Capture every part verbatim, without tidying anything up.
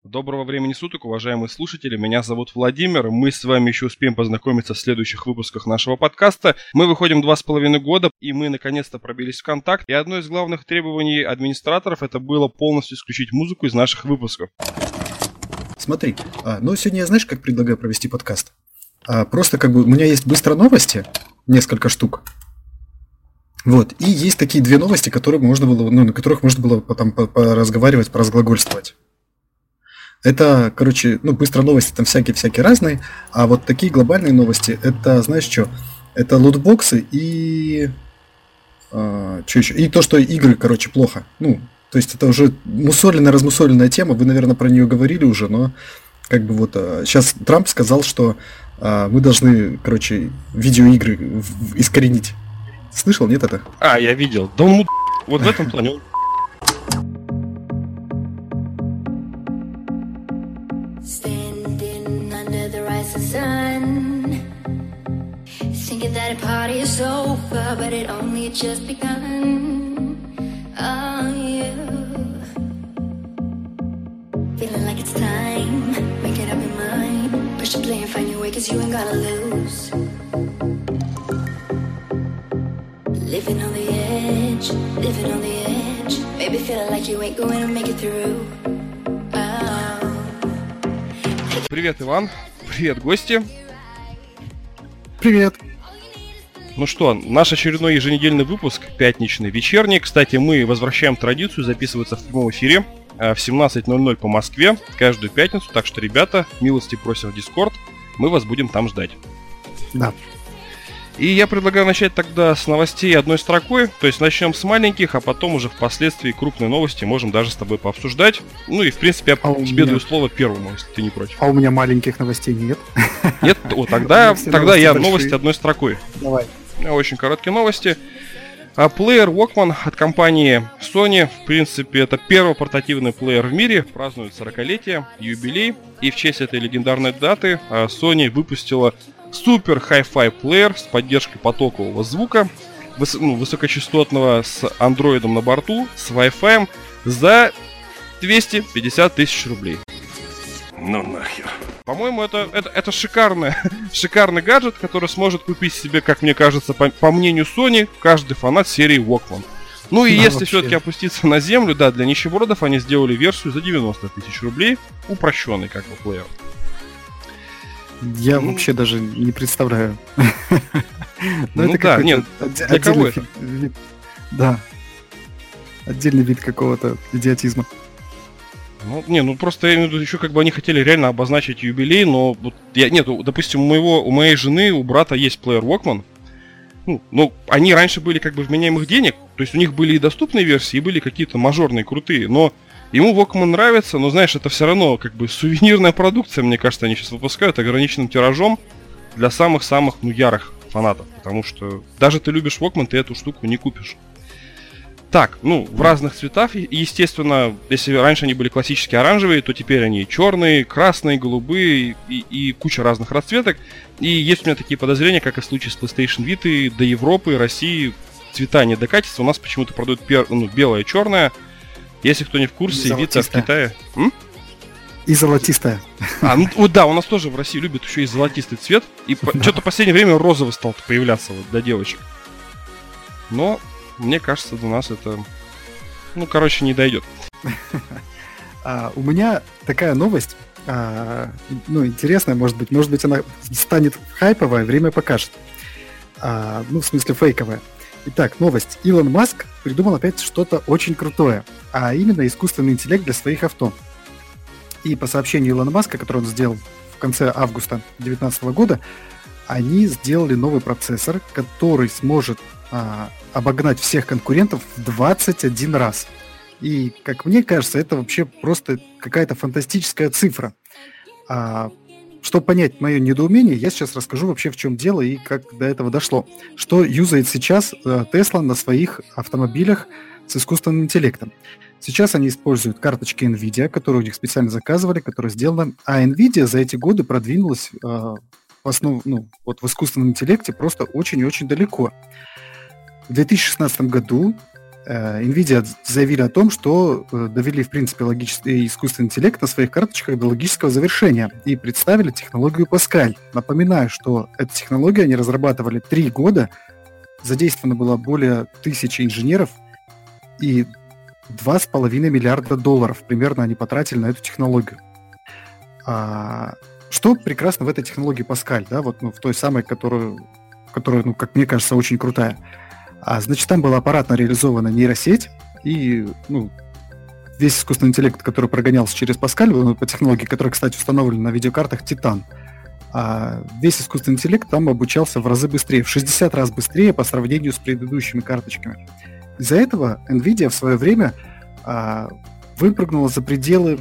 Доброго времени суток, уважаемые слушатели. Меня зовут Владимир. Мы с вами еще успеем познакомиться в следующих выпусках нашего подкаста. Мы выходим два с половиной года, и мы наконец-то пробились в контакт. И одно из главных требований администраторов это было полностью исключить музыку из наших выпусков. Смотри, а, ну сегодня я знаешь, как предлагаю провести подкаст? А, просто как бы у меня есть быстро новости, несколько штук. Вот, и есть такие две новости, которые можно было, ну, на которых можно было потом поразговаривать, поразглагольствовать. Это, короче, ну, быстро новости там всякие-всякие разные, а вот такие глобальные новости, это, знаешь что, это лутбоксы и... А, что еще? И то, что игры, короче, плохо. Ну, то есть это уже мусоленная, размусоленная тема, вы, наверное, про нее говорили уже, но как бы вот а, сейчас Трамп сказал, что а, мы должны, короче, видеоигры в- в- искоренить. Слышал, нет это? А, я видел. Да он муд... Вот в этом плане он... Standing under the rising sun, thinking that a party is over, but it only just begun. Oh, you feeling like it's time, make it up your mind, push the play and find your way, cause you ain't gotta lose. Living on the edge, living on the edge, maybe feeling like you ain't going to make it through. Привет, Иван. Привет, гости. Привет. Ну что, наш очередной еженедельный выпуск, пятничный, вечерний. Кстати, мы возвращаем традицию записываться в прямом эфире в семнадцать ноль ноль по Москве каждую пятницу. Так что, ребята, милости просим в Discord. Мы вас будем там ждать. Да. И я предлагаю начать тогда с новостей одной строкой. То есть начнем с маленьких, а потом уже впоследствии крупные новости можем даже с тобой пообсуждать. Ну и, в принципе, я А у тебе меня- даю слово первому, если ты не против. А у меня маленьких новостей нет. Нет? О, тогда, У меня все тогда новости я большие. новости одной строкой. Давай. Очень короткие новости. А плеер Walkman от компании Sony, в принципе, это первый портативный плеер в мире, празднует сорокалетие, юбилей. И в честь этой легендарной даты а, Sony выпустила супер хай-фай плеер с поддержкой потокового звука, выс- ну, высокочастотного, с андроидом на борту, с Wi-Fi за двести пятьдесят тысяч рублей. Ну нахер. По-моему, это, это, это шикарный, шикарный гаджет, который сможет купить себе, как мне кажется, по, по мнению Sony, каждый фанат серии Walkman. Ну и Да, если вообще. все-таки опуститься на землю, да, для нищебродов они сделали версию за девяносто тысяч рублей, упрощенный как бы плеер. Я Ну. вообще даже не представляю. Ну да, какой-то нет, отде- для кого отдельный это? фи- вид. Да. Отдельный вид какого-то идиотизма. Ну, не, ну просто я имею в виду, еще как бы они хотели реально обозначить юбилей, но вот я, нет, у- допустим, у моего, у моей жены, у брата есть плеер Walkman. Ну, ну, они раньше были как бы вменяемых денег, то есть у них были и доступные версии, и были какие-то мажорные, крутые, но ему Walkman нравится, но, знаешь, это все равно как бы сувенирная продукция, мне кажется, они сейчас выпускают ограниченным тиражом для самых-самых, ну, ярых фанатов, потому что даже ты любишь Walkman, ты эту штуку не купишь. Так, ну, в разных цветах, и, естественно, если раньше они были классические оранжевые, то теперь они черные, красные, голубые и, и куча разных расцветок. И есть у меня такие подозрения, как и в случае с PlayStation Vita, до Европы, России цвета не докатятся. У нас почему-то продают пер, ну, белое, черное. Если кто не в курсе, И Vita в золотистое. Китае... М? И золотистая. А, ну вот да, у нас тоже в России любят еще и золотистый цвет. И по- что-то в последнее время розовый стал появляться вот для девочек. Но, мне кажется, до нас это... Ну, короче, не дойдет. А, у меня такая новость, а, ну, интересная, может быть, может быть, она станет хайповая, время покажет. А, ну, в смысле, фейковая. Итак, новость. Илон Маск придумал опять что-то очень крутое, а именно искусственный интеллект для своих авто. И по сообщению Илона Маска, который он сделал в конце августа две тысячи девятнадцатого года, они сделали новый процессор, который сможет а, обогнать всех конкурентов в двадцать один раз. И, как мне кажется, это вообще просто какая-то фантастическая цифра. А, чтобы понять мое недоумение, я сейчас расскажу вообще, в чем дело и как до этого дошло. Что юзает сейчас э, Tesla на своих автомобилях с искусственным интеллектом. Сейчас они используют карточки NVIDIA, которые у них специально заказывали, которые сделаны. А NVIDIA за эти годы продвинулась э, в основ, ну, вот в искусственном интеллекте просто очень и очень далеко. В две тысячи шестнадцатом году NVIDIA заявили о том, что довели, в принципе, логический искусственный интеллект на своих карточках до логического завершения и представили технологию Паскаль. Напоминаю, что эту технологию они разрабатывали три года, задействовано было более тысячи инженеров, и два с половиной миллиарда долларов примерно они потратили на эту технологию. А, что прекрасно в этой технологии Паскаль, да, вот ну, в той самой, которую, которая, ну, как мне кажется, очень крутая. А, значит, там была аппаратно реализована нейросеть, и ну, весь искусственный интеллект, который прогонялся через Паскаль, ну, по технологии, которая, кстати, установлена на видеокартах Титан, а весь искусственный интеллект там обучался в разы быстрее, в шестьдесят раз быстрее по сравнению с предыдущими карточками. Из-за этого NVIDIA в свое время а, выпрыгнула за пределы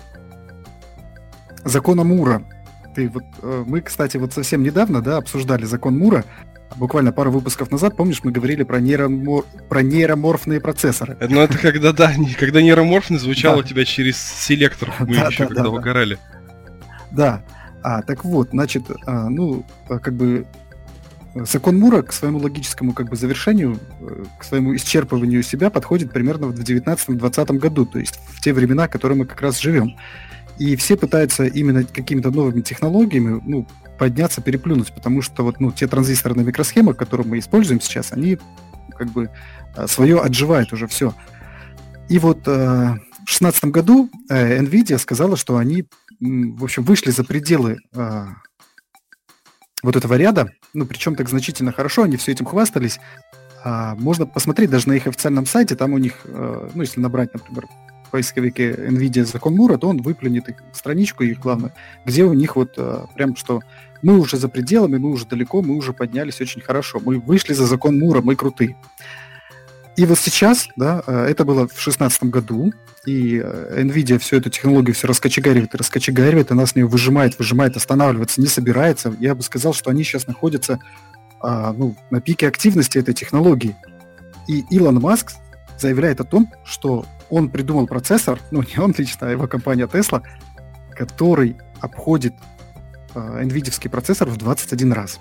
закона Мура. Ты, вот, мы, кстати, вот совсем недавно, да, обсуждали закон Мура. Буквально пару выпусков назад, помнишь, мы говорили про, нейромор... про нейроморфные процессоры. Ну, это когда, да, когда нейроморфный звучал у тебя через селектор, мы еще когда угорали. Да, а, так вот, значит, а, ну, как бы закон Мура к своему логическому как бы завершению, к своему исчерпыванию себя подходит примерно в девятнадцатом-двадцатом году, то есть в те времена, в которые мы как раз живем. И все пытаются именно какими-то новыми технологиями, ну, подняться, переплюнуть, потому что вот, ну, те транзисторы на микросхемах, которые мы используем сейчас, они как бы свое отживают уже все. И вот э, в шестнадцатом году э, NVIDIA сказала, что они, в общем, вышли за пределы э, вот этого ряда, ну, причем так значительно хорошо, они все этим хвастались. А, можно посмотреть даже на их официальном сайте, там у них, э, ну, если набрать, например, в поисковике NVIDIA закон Мура, то он выплюнет их страничку, их главную, где у них вот э, прям что мы уже за пределами, мы уже далеко, мы уже поднялись очень хорошо, мы вышли за закон Мура, мы крутые. И вот сейчас, да, это было в шестнадцатом году, и NVIDIA всю эту технологию все раскочегаривает и раскочегаривает, она с нее выжимает, выжимает, останавливаться не собирается. Я бы сказал, что они сейчас находятся а, ну, на пике активности этой технологии. И Илон Маск заявляет о том, что он придумал процессор, ну не он лично, а его компания Tesla, который обходит а, NVIDIA-вский процессор в двадцать один раз.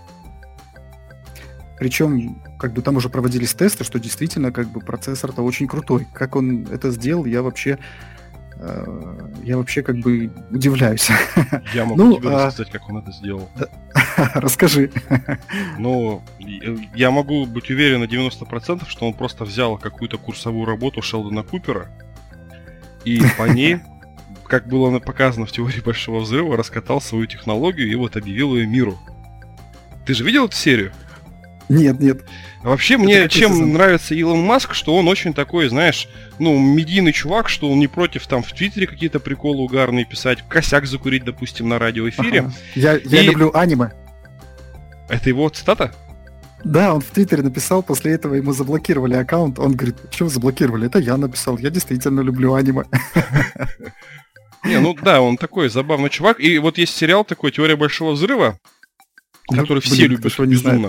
Причем, как бы там уже проводились тесты, что действительно, как бы процессор-то очень крутой. Как он это сделал, я вообще, э, я вообще как бы удивляюсь. Я могу ну, тебе а... рассказать, как он это сделал. Расскажи. Ну, я могу быть уверен на девяносто процентов, что он просто взял какую-то курсовую работу Шелдона Купера и по ней, как было показано в теории Большого Взрыва, раскатал свою технологию и вот объявил ее миру. Ты же видел эту серию? Нет, нет. Вообще, это мне чем сезон? Нравится Илон Маск, что он очень такой, знаешь, ну, медийный чувак, что он не против там в Твиттере какие-то приколы угарные писать, косяк закурить, допустим, на радиоэфире. Ага. Я, я И... люблю аниме. Это его цитата? Да, он в Твиттере написал, после этого ему заблокировали аккаунт. Он говорит, что вы заблокировали? Это я написал, я действительно люблю аниме. Не, ну да, он такой забавный чувак. И вот есть сериал такой «Теория Большого Взрыва», который все любят безумно.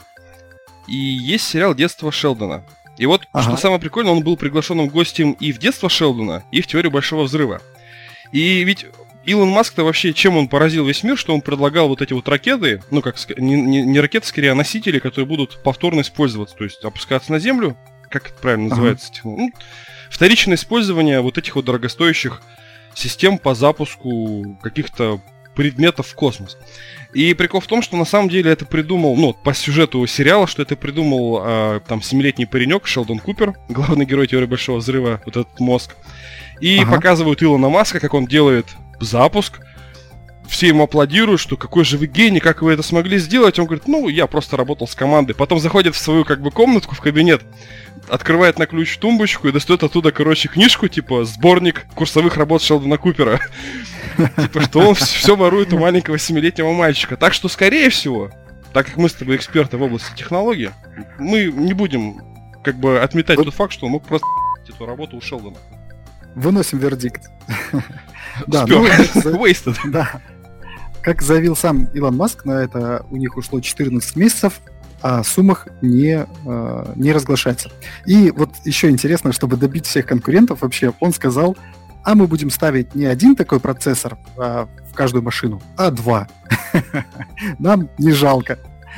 И есть сериал «Детство Шелдона». И вот, ага. что самое прикольное, он был приглашенным гостем и в «Детство Шелдона», и в «Теорию Большого Взрыва». И ведь Илон Маск-то вообще, чем он поразил весь мир, что он предлагал вот эти вот ракеты, ну как, не, не, не ракеты, скорее, а носители, которые будут повторно использоваться, то есть опускаться на Землю, как это правильно называется, ага. ну, вторичное использование вот этих вот дорогостоящих систем по запуску каких-то предметов в космос. И прикол в том, что на самом деле это придумал, ну, по сюжету сериала, что это придумал э, там семилетний паренек Шелдон Купер, главный герой «Теории Большого Взрыва», вот этот мозг. И ага. показывают Илона Маска, как он делает запуск. Все ему аплодируют, что какой же вы гений, как вы это смогли сделать. Он говорит, ну, я просто работал с командой. Потом заходит в свою, как бы, комнатку, в кабинет, открывает на ключ тумбочку и достает оттуда, короче, книжку, типа, сборник курсовых работ Шелдона Купера. Типа, что он все ворует у маленького семилетнего мальчика. Так что, скорее всего, так как мы с тобой эксперты в области технологий, мы не будем, как бы, отметать тот факт, что он мог просто эту работу у Шелдона. Выносим вердикт. Да, ну, wasted. Да. Как заявил сам Илон Маск, на это у них ушло четырнадцать месяцев, а о суммах не, э, не разглашается. И вот еще интересно, чтобы добить всех конкурентов вообще, он сказал, а мы будем ставить не один такой процессор а, в каждую машину, а два. Нам не жалко.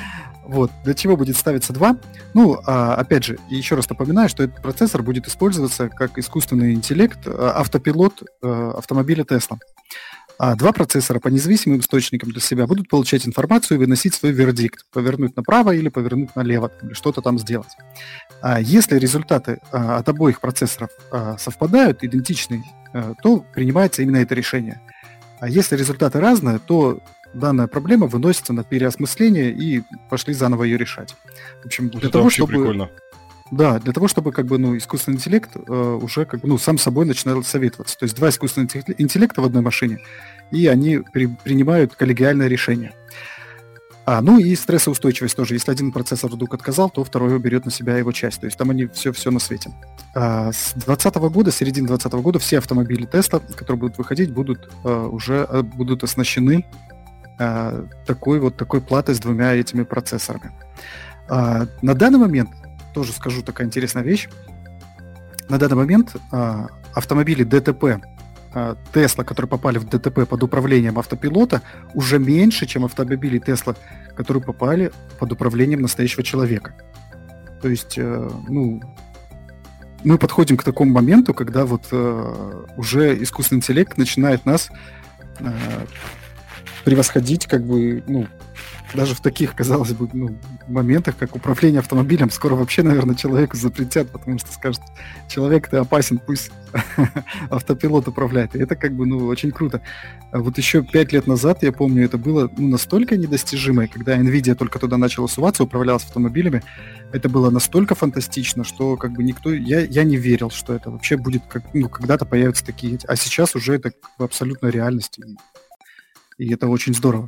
Вот. Для чего будет ставиться два? Ну, а, опять же, еще раз напоминаю, что этот процессор будет использоваться как искусственный интеллект, автопилот э, автомобиля Tesla. А два процессора по независимым источникам для себя будут получать информацию и выносить свой вердикт. Повернуть направо или повернуть налево, или что-то там сделать. А если результаты а, от обоих процессоров а, совпадают, идентичны, а, то принимается именно это решение. А если результаты разные, то данная проблема выносится на переосмысление и пошли заново ее решать. В общем, для это того, вообще чтобы... прикольно. Да, для того, чтобы как бы, ну, искусственный интеллект э, уже как бы, ну, сам собой начинал советоваться. То есть два искусственных интеллекта в одной машине, и они при, принимают коллегиальное решение. А, ну и стрессоустойчивость тоже. Если один процессор вдруг отказал, то второй берет на себя его часть. То есть там они все-все на свете. А, с двадцатого года, с середины двадцатого года все автомобили Tesla, которые будут выходить, будут а, уже а, будут оснащены а, такой вот такой платой с двумя этими процессорами. А, на данный момент тоже скажу такая интересная вещь. На данный момент а, автомобили ДТП а, Tesla, которые попали в ДТП под управлением автопилота, уже меньше, чем автомобили Tesla, которые попали под управлением настоящего человека. То есть, э, ну, мы подходим к такому моменту, когда вот э, уже искусственный интеллект начинает нас э, превосходить, как бы, ну, даже в таких, казалось бы, ну, моментах, как управление автомобилем, скоро вообще, наверное, человеку запретят, потому что скажут, человек, ты опасен, пусть автопилот управляет. И это как бы, ну, очень круто. А вот еще пять лет назад, я помню, это было, ну, настолько недостижимое, когда Nvidia только туда начала суваться, управлялась автомобилями, это было настолько фантастично, что как бы никто... Я, я не верил, что это вообще будет, как, ну, когда-то появятся такие... А сейчас уже это как бы абсолютная реальность, и, и это очень здорово.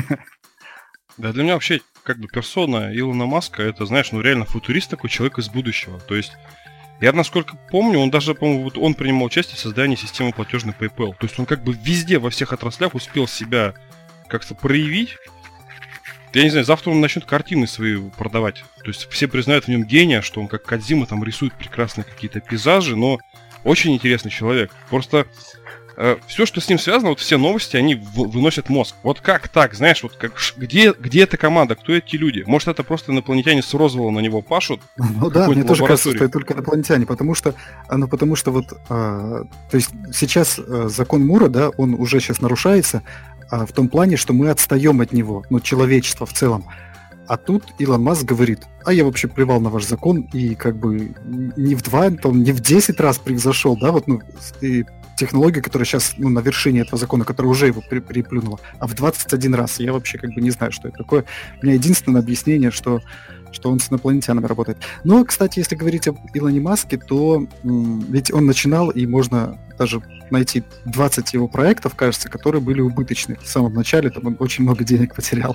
Да, для меня вообще, как бы, персона Илона Маска, это, знаешь, ну, реально футурист такой, человек из будущего. То есть, я, насколько помню, он даже, по-моему, вот он принимал участие в создании системы платежной PayPal. То есть, он как бы везде, во всех отраслях успел себя как-то проявить. Я не знаю, завтра он начнет картины свои продавать. То есть, все признают в нем гения, что он как Кодзима там рисует прекрасные какие-то пейзажи, но очень интересный человек. Просто... Все, что с ним связано, вот все новости, они в- выносят мозг. Вот как так, знаешь, вот как, где, где эта команда, кто эти люди? Может, это просто инопланетяне с Розвелла на него пашут? Ну да, мне тоже кажется, что это только инопланетяне, потому что, ну, потому что вот, а, то есть сейчас а, закон Мура, да, он уже сейчас нарушается а, в том плане, что мы отстаем от него, ну, человечество в целом. А тут Илон Маск говорит, а я вообще плевал на ваш закон и как бы не в два, там, не в десять раз превзошел, да, вот, ну, и технологию, которая сейчас, ну, на вершине этого закона, которая уже его при- переплюнула, а в двадцать один раз. Я вообще как бы не знаю, что это такое. У меня единственное объяснение, что, что он с инопланетянами работает. Но, кстати, если говорить об Илоне Маске, то м- ведь он начинал, и можно даже найти двадцать его проектов, кажется, которые были убыточны. В самом начале там он очень много денег потерял.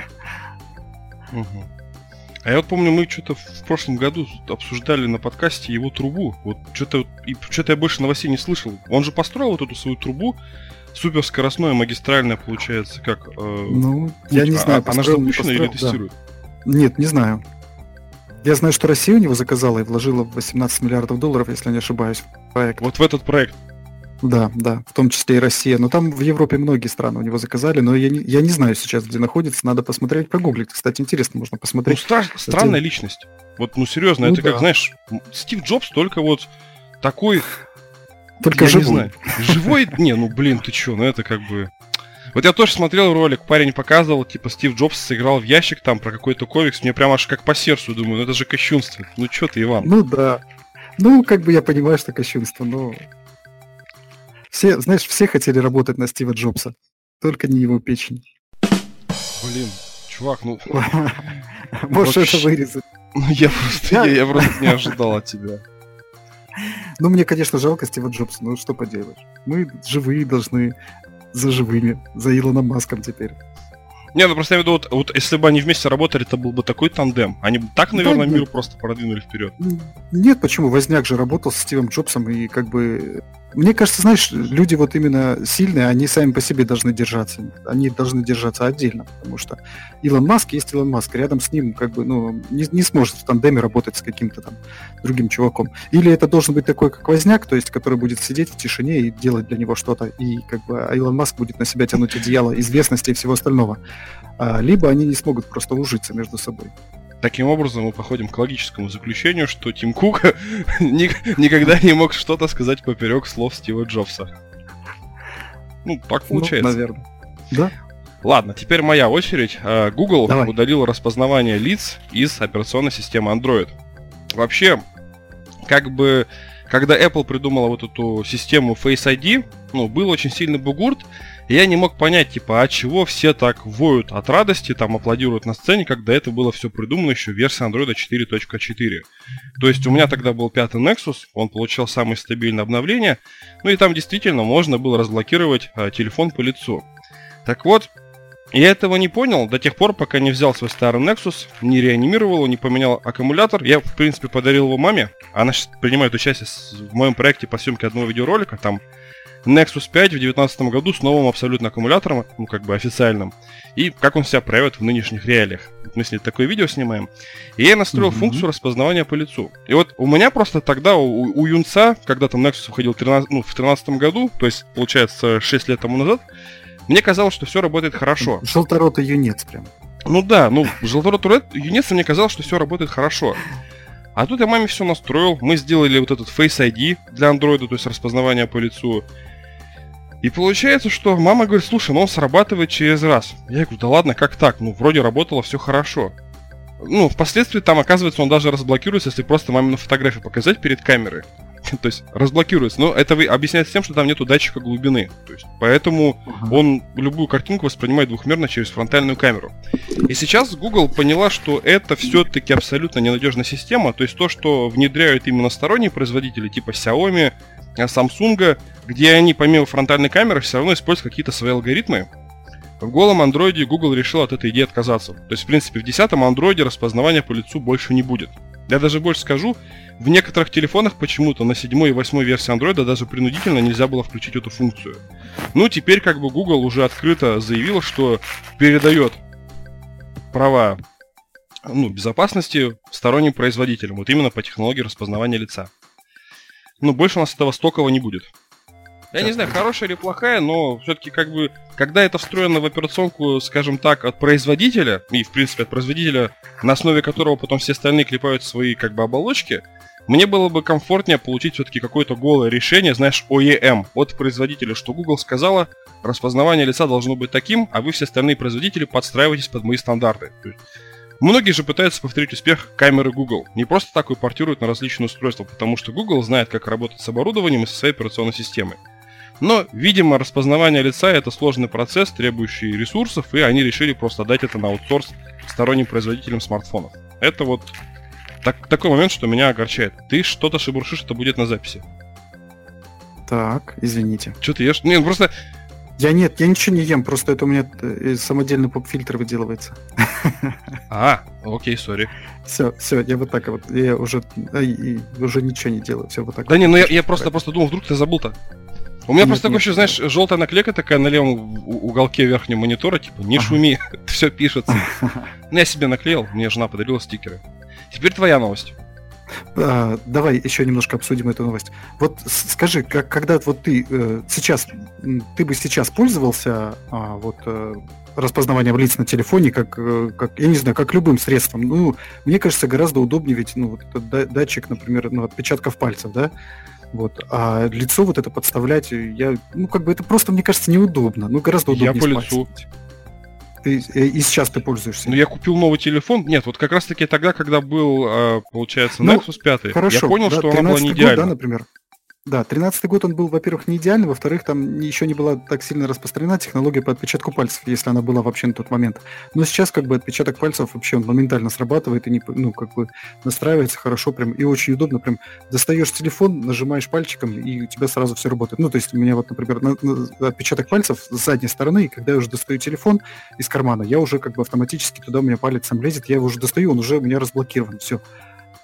Угу. А я вот помню, мы что-то в прошлом году обсуждали на подкасте его трубу. Вот что-то, и что-то я больше новостей не слышал. Он же построил вот эту свою трубу, суперскоростная, магистральная, получается, как... Э, ну, я не знаю, а, она же запущена или тестирует? Да. Нет, не знаю. Я знаю, что Россия у него заказала и вложила восемнадцать миллиардов долларов, если не ошибаюсь, в проект. Вот в этот проект. Да, да, в том числе и Россия. Но там в Европе многие страны у него заказали, но я не, я не знаю сейчас, где находится. Надо посмотреть, прогуглить. Кстати, интересно, можно посмотреть. Ну, стра- странная личность. Вот, ну, серьезно, ну, это да. как, знаешь, Стив Джобс, только вот такой... Только я живой. Не знаю. Живой? Не, ну, блин, ты чё, ну, это как бы... Вот я тоже смотрел ролик, парень показывал, типа, Стив Джобс сыграл в ящик там про какой-то комикс, мне прям аж как по сердцу, думаю, ну, это же кощунство. Ну, чё ты, Иван? Ну, да. Ну, как бы я понимаю, что кощунство, но... Все, знаешь, все хотели работать на Стива Джобса, только не его печень. Блин, чувак, ну... Можешь это вырезать. Ну, я просто, я, я просто не ожидал от тебя. Ну, мне, конечно, жалко Стива Джобса, ну что поделаешь. Мы живые должны за живыми, за Илоном Маском теперь. Не, ну просто я веду, вот, вот если бы они вместе работали, это был бы такой тандем. Они бы так, наверное, да, мир нет. просто продвинули вперед. Нет, почему? Возняк же работал с Стивом Джобсом, и как бы Мне кажется, знаешь, люди вот именно сильные, они сами по себе должны держаться. Они должны держаться отдельно, потому что Илон Маск есть Илон Маск. Рядом с ним как бы, ну, не, не сможет в тандеме работать с каким-то там другим чуваком. Или это должен быть такой, как Возняк, то есть, который будет сидеть в тишине и делать для него что-то, и как бы а Илон Маск будет на себя тянуть одеяло известности и всего остального. А, либо они не смогут просто ужиться между собой. Таким образом, мы подходим к логическому заключению, что Тим Кук никогда не мог что-то сказать поперек слов Стива Джобса. Ну, так получается. Ну, наверное. Да. Ладно, теперь моя очередь. Google Давай. удалил распознавание лиц из операционной системы Android. Вообще, как бы, когда Apple придумала вот эту систему Face ай ди, ну, был очень сильный бугурт, и я не мог понять, типа, а чего все так воют от радости, там, аплодируют на сцене, когда это было все придумано еще в версии Android четыре точка четыре. То есть у меня тогда был пятый Nexus, он получал самое стабильное обновление, ну и там действительно можно было разблокировать а, телефон по лицу. Так вот, я этого не понял до тех пор, пока не взял свой старый Nexus, не реанимировал его, не поменял аккумулятор. Я, в принципе, подарил его маме, она сейчас принимает участие в моем проекте по съемке одного видеоролика, там, Nexus пять в две тысячи девятнадцатом году с новым абсолютно аккумулятором, ну как бы официальным, и как он себя проявит в нынешних реалиях. Мы с ней такое видео снимаем. И я настроил mm-hmm. функцию распознавания по лицу. И вот у меня просто тогда, у, у юнца, когда там Nexus выходил тринадцать, ну, в тринадцатом году, то есть, получается, шесть лет тому назад, мне казалось, что все работает хорошо. Желторотый юнец прям. Ну да, ну, желторотый юнец, мне казалось, что все работает хорошо. А тут я маме все настроил, мы сделали вот этот Face ай ди для Android, то есть распознавание по лицу. И получается, что мама говорит, слушай, ну он срабатывает через раз. Я говорю, да ладно, как так? Ну, вроде работало все хорошо. Ну, впоследствии там, оказывается, он даже разблокируется, если просто маме на фотографию показать перед камерой. То есть разблокируется. Но это объясняется тем, что там нету датчика глубины. То есть, поэтому uh-huh. он любую картинку воспринимает двухмерно через фронтальную камеру. И сейчас Google поняла, что это все-таки абсолютно ненадежная система. То есть то, что внедряют именно сторонние производители, типа Xiaomi, Samsung, где они помимо фронтальной камеры все равно используют какие-то свои алгоритмы. В голом андроиде Google решил от этой идеи отказаться. То есть, в принципе, в десятом андроиде распознавания по лицу больше не будет. Я даже больше скажу, в некоторых телефонах почему-то на седьмой и восьмой версии андроида даже принудительно нельзя было включить эту функцию. Ну, теперь как бы Google уже открыто заявил, что передает права, ну, безопасности сторонним производителям, вот именно по технологии распознавания лица. Но больше у нас этого стокового не будет. Я не знаю, хорошая или плохая, но все-таки как бы, когда это встроено в операционку, скажем так, от производителя, и в принципе от производителя, на основе которого потом все остальные клепают свои как бы оболочки, мне было бы комфортнее получить все-таки какое-то голое решение, знаешь, о и эм от производителя, что Google сказала, распознавание лица должно быть таким, а вы все остальные производители подстраиваетесь под мои стандарты. Многие же пытаются повторить успех камеры Google. Не просто так ее портируют на различные устройства, потому что Google знает, как работать с оборудованием и со своей операционной системой. Но, видимо, распознавание лица — это сложный процесс, требующий ресурсов, и они решили просто дать это на аутсорс сторонним производителям смартфонов. Это вот так, такой момент, что меня огорчает. Ты что-то шебуршишь, это будет на записи. Так, извините. Что ты ешь? Не, ну просто... Я нет, я ничего не ем, просто это у меня самодельный поп-фильтр выделывается. А, окей, сори. Все, все, я вот так вот, я уже, и, уже ничего не делаю, все вот так. Да вот. не, ну я, я просто, просто думал, вдруг ты забыл-то. У меня нет, просто такое, знаешь, желтая наклейка такая на левом уголке верхнего монитора, типа, не ага. шуми, все пишется. Ну я себе наклеил, мне жена подарила стикеры. Теперь твоя новость. А, давай еще немножко обсудим эту новость. Вот скажи, как, когда вот ты э, сейчас, ты бы сейчас пользовался а, вот э, распознаванием лиц на телефоне, как, э, как, я не знаю, как любым средством. Ну, мне кажется, гораздо удобнее, ведь, ну, вот этот датчик, например, ну, отпечатков пальцев, да, вот, а лицо вот это подставлять, я, ну, как бы это просто, мне кажется, неудобно, ну, гораздо удобнее. Я по лицу. Ты, и сейчас ты пользуешься. Ну, я купил новый телефон. Нет, вот как раз-таки тогда, когда был, получается, Nexus ну, пять, хорошо, я понял, да, что она была не идеальна. Год, да, например. Да, тринадцатый год он был, во-первых, не идеальный, во-вторых, там еще не была так сильно распространена технология по отпечатку пальцев, если она была вообще на тот момент. Но сейчас как бы отпечаток пальцев вообще он моментально срабатывает и не, ну, как бы настраивается хорошо прям и очень удобно. Прям достаешь телефон, нажимаешь пальчиком, и у тебя сразу все работает. Ну, то есть у меня вот, например, на, на, отпечаток пальцев с задней стороны, и когда я уже достаю телефон из кармана, я уже как бы автоматически туда у меня палец сам лезет, я его уже достаю, он уже у меня разблокирован, все.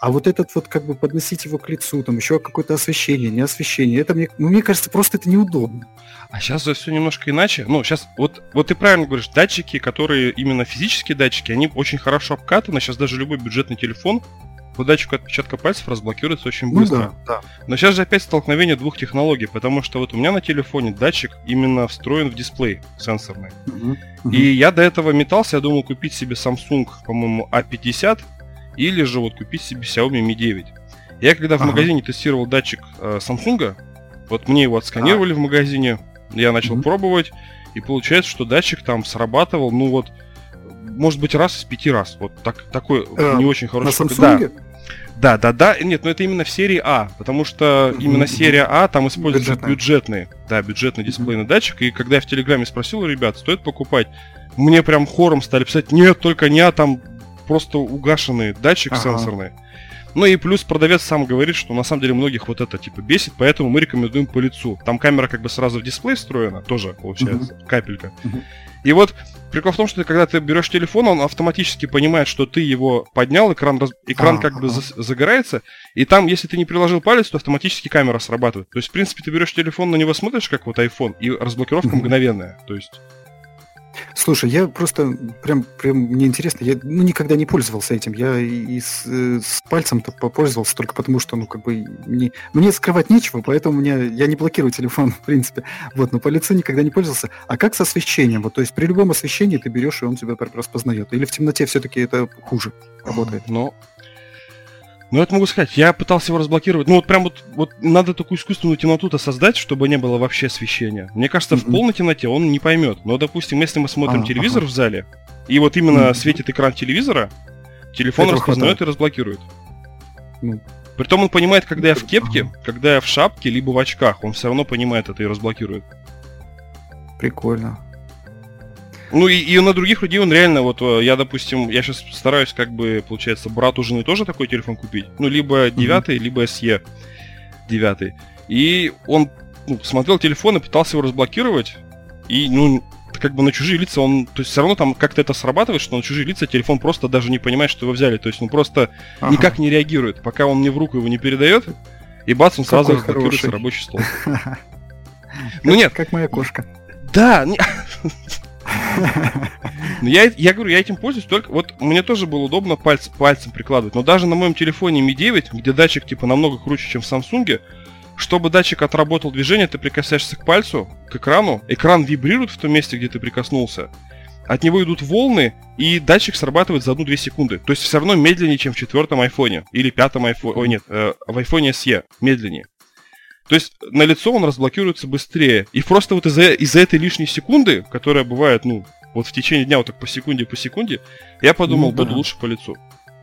А вот этот вот как бы подносить его к лицу, там еще какое-то освещение, не освещение, это мне, ну, мне кажется, просто это неудобно. А сейчас же все немножко иначе. Ну, сейчас, вот, вот ты правильно говоришь, датчики, которые именно физические датчики, они очень хорошо обкатаны. Сейчас даже любой бюджетный телефон по датчику отпечатка пальцев разблокируется очень быстро. Ну, да, да. Но сейчас же опять столкновение двух технологий, потому что вот у меня на телефоне датчик именно встроен в дисплей сенсорный. Угу, угу. И я до этого метался, я думал купить себе Samsung, по-моему, а пятьдесят, или же вот купить себе Xiaomi ми девять. Я когда в Ага. магазине тестировал датчик э, Samsung, вот мне его отсканировали а. в магазине, я начал mm-hmm. пробовать, и получается, что датчик там срабатывал, ну вот, может быть, раз из пяти раз. Вот так, такой э, не очень хороший. На Samsung? Да, да, да, да. Нет, но это именно в серии А, потому что mm-hmm. именно серия А, там используется бюджетный, бюджетный да, бюджетный дисплейный mm-hmm. датчик, и когда я в Телеграме спросил у ребят, стоит покупать, мне прям хором стали писать, нет, только не А, там просто угашенный датчик ага. сенсорный. Ну и плюс продавец сам говорит, что на самом деле многих вот это типа бесит, поэтому мы рекомендуем по лицу. Там камера как бы сразу в дисплей встроена, тоже получается, uh-huh. капелька. Uh-huh. И вот прикол в том, что когда ты берешь телефон, он автоматически понимает, что ты его поднял, экран, раз... экран uh-huh. как бы за... загорается, и там, если ты не приложил палец, то автоматически камера срабатывает. То есть, в принципе, ты берешь телефон, на него смотришь, как вот iPhone, и разблокировка uh-huh. мгновенная. То есть... Слушай, я просто прям, прям мне интересно, я ну, никогда не пользовался этим. Я и с, с пальцем-то попользовался только потому, что, ну, как бы, мне, мне скрывать нечего, поэтому меня, я не блокирую телефон, в принципе. Вот, но по лицу никогда не пользовался. А как с освещением? Вот, то есть при любом освещении ты берешь, и он тебя распознает. Или в темноте все-таки это хуже работает? Ну, ну, это могу сказать. Я пытался его разблокировать. Ну, вот прям вот, вот надо такую искусственную темноту-то создать, чтобы не было вообще освещения. Мне кажется, mm-hmm. в полной темноте он не поймет. Но, допустим, если мы смотрим а, телевизор ага. в зале, и вот именно mm-hmm. светит экран телевизора, телефон это распознает и разблокирует. Mm. Притом он понимает, когда я в кепке, ага. когда я в шапке, либо в очках. Он все равно понимает это и разблокирует. Прикольно. Ну и, и на других людей он реально, вот я, допустим, я сейчас стараюсь, как бы, получается, брату жены тоже такой телефон купить. Ну, либо девятый, mm-hmm. либо эс и девятый. И он ну, смотрел телефон и пытался его разблокировать. И, ну, как бы на чужие лица он... То есть все равно там как-то это срабатывает, что на чужие лица телефон просто даже не понимает, что его взяли. То есть он просто ага. никак не реагирует, пока он мне в руку его не передает. И бац, он сразу разблокируется рабочий стол. Ну нет. Как моя кошка. Да, Ну, я, я говорю, я этим пользуюсь только... Вот мне тоже было удобно пальц, пальцем прикладывать, но даже на моем телефоне ми девять, где датчик типа намного круче, чем в Samsung, чтобы датчик отработал движение, ты прикасаешься к пальцу, к экрану, экран вибрирует в том месте, где ты прикоснулся, от него идут волны, и датчик срабатывает за одну-две секунды. То есть все равно медленнее, чем в четвертом айфоне, или пятом айфоне, ой, нет, э, в айфоне эс и, медленнее. То есть на лицо он разблокируется быстрее. И просто вот из-за, из-за этой лишней секунды, которая бывает, ну, вот в течение дня вот так по секунде, по секунде, я подумал, ну, да. буду лучше по лицу.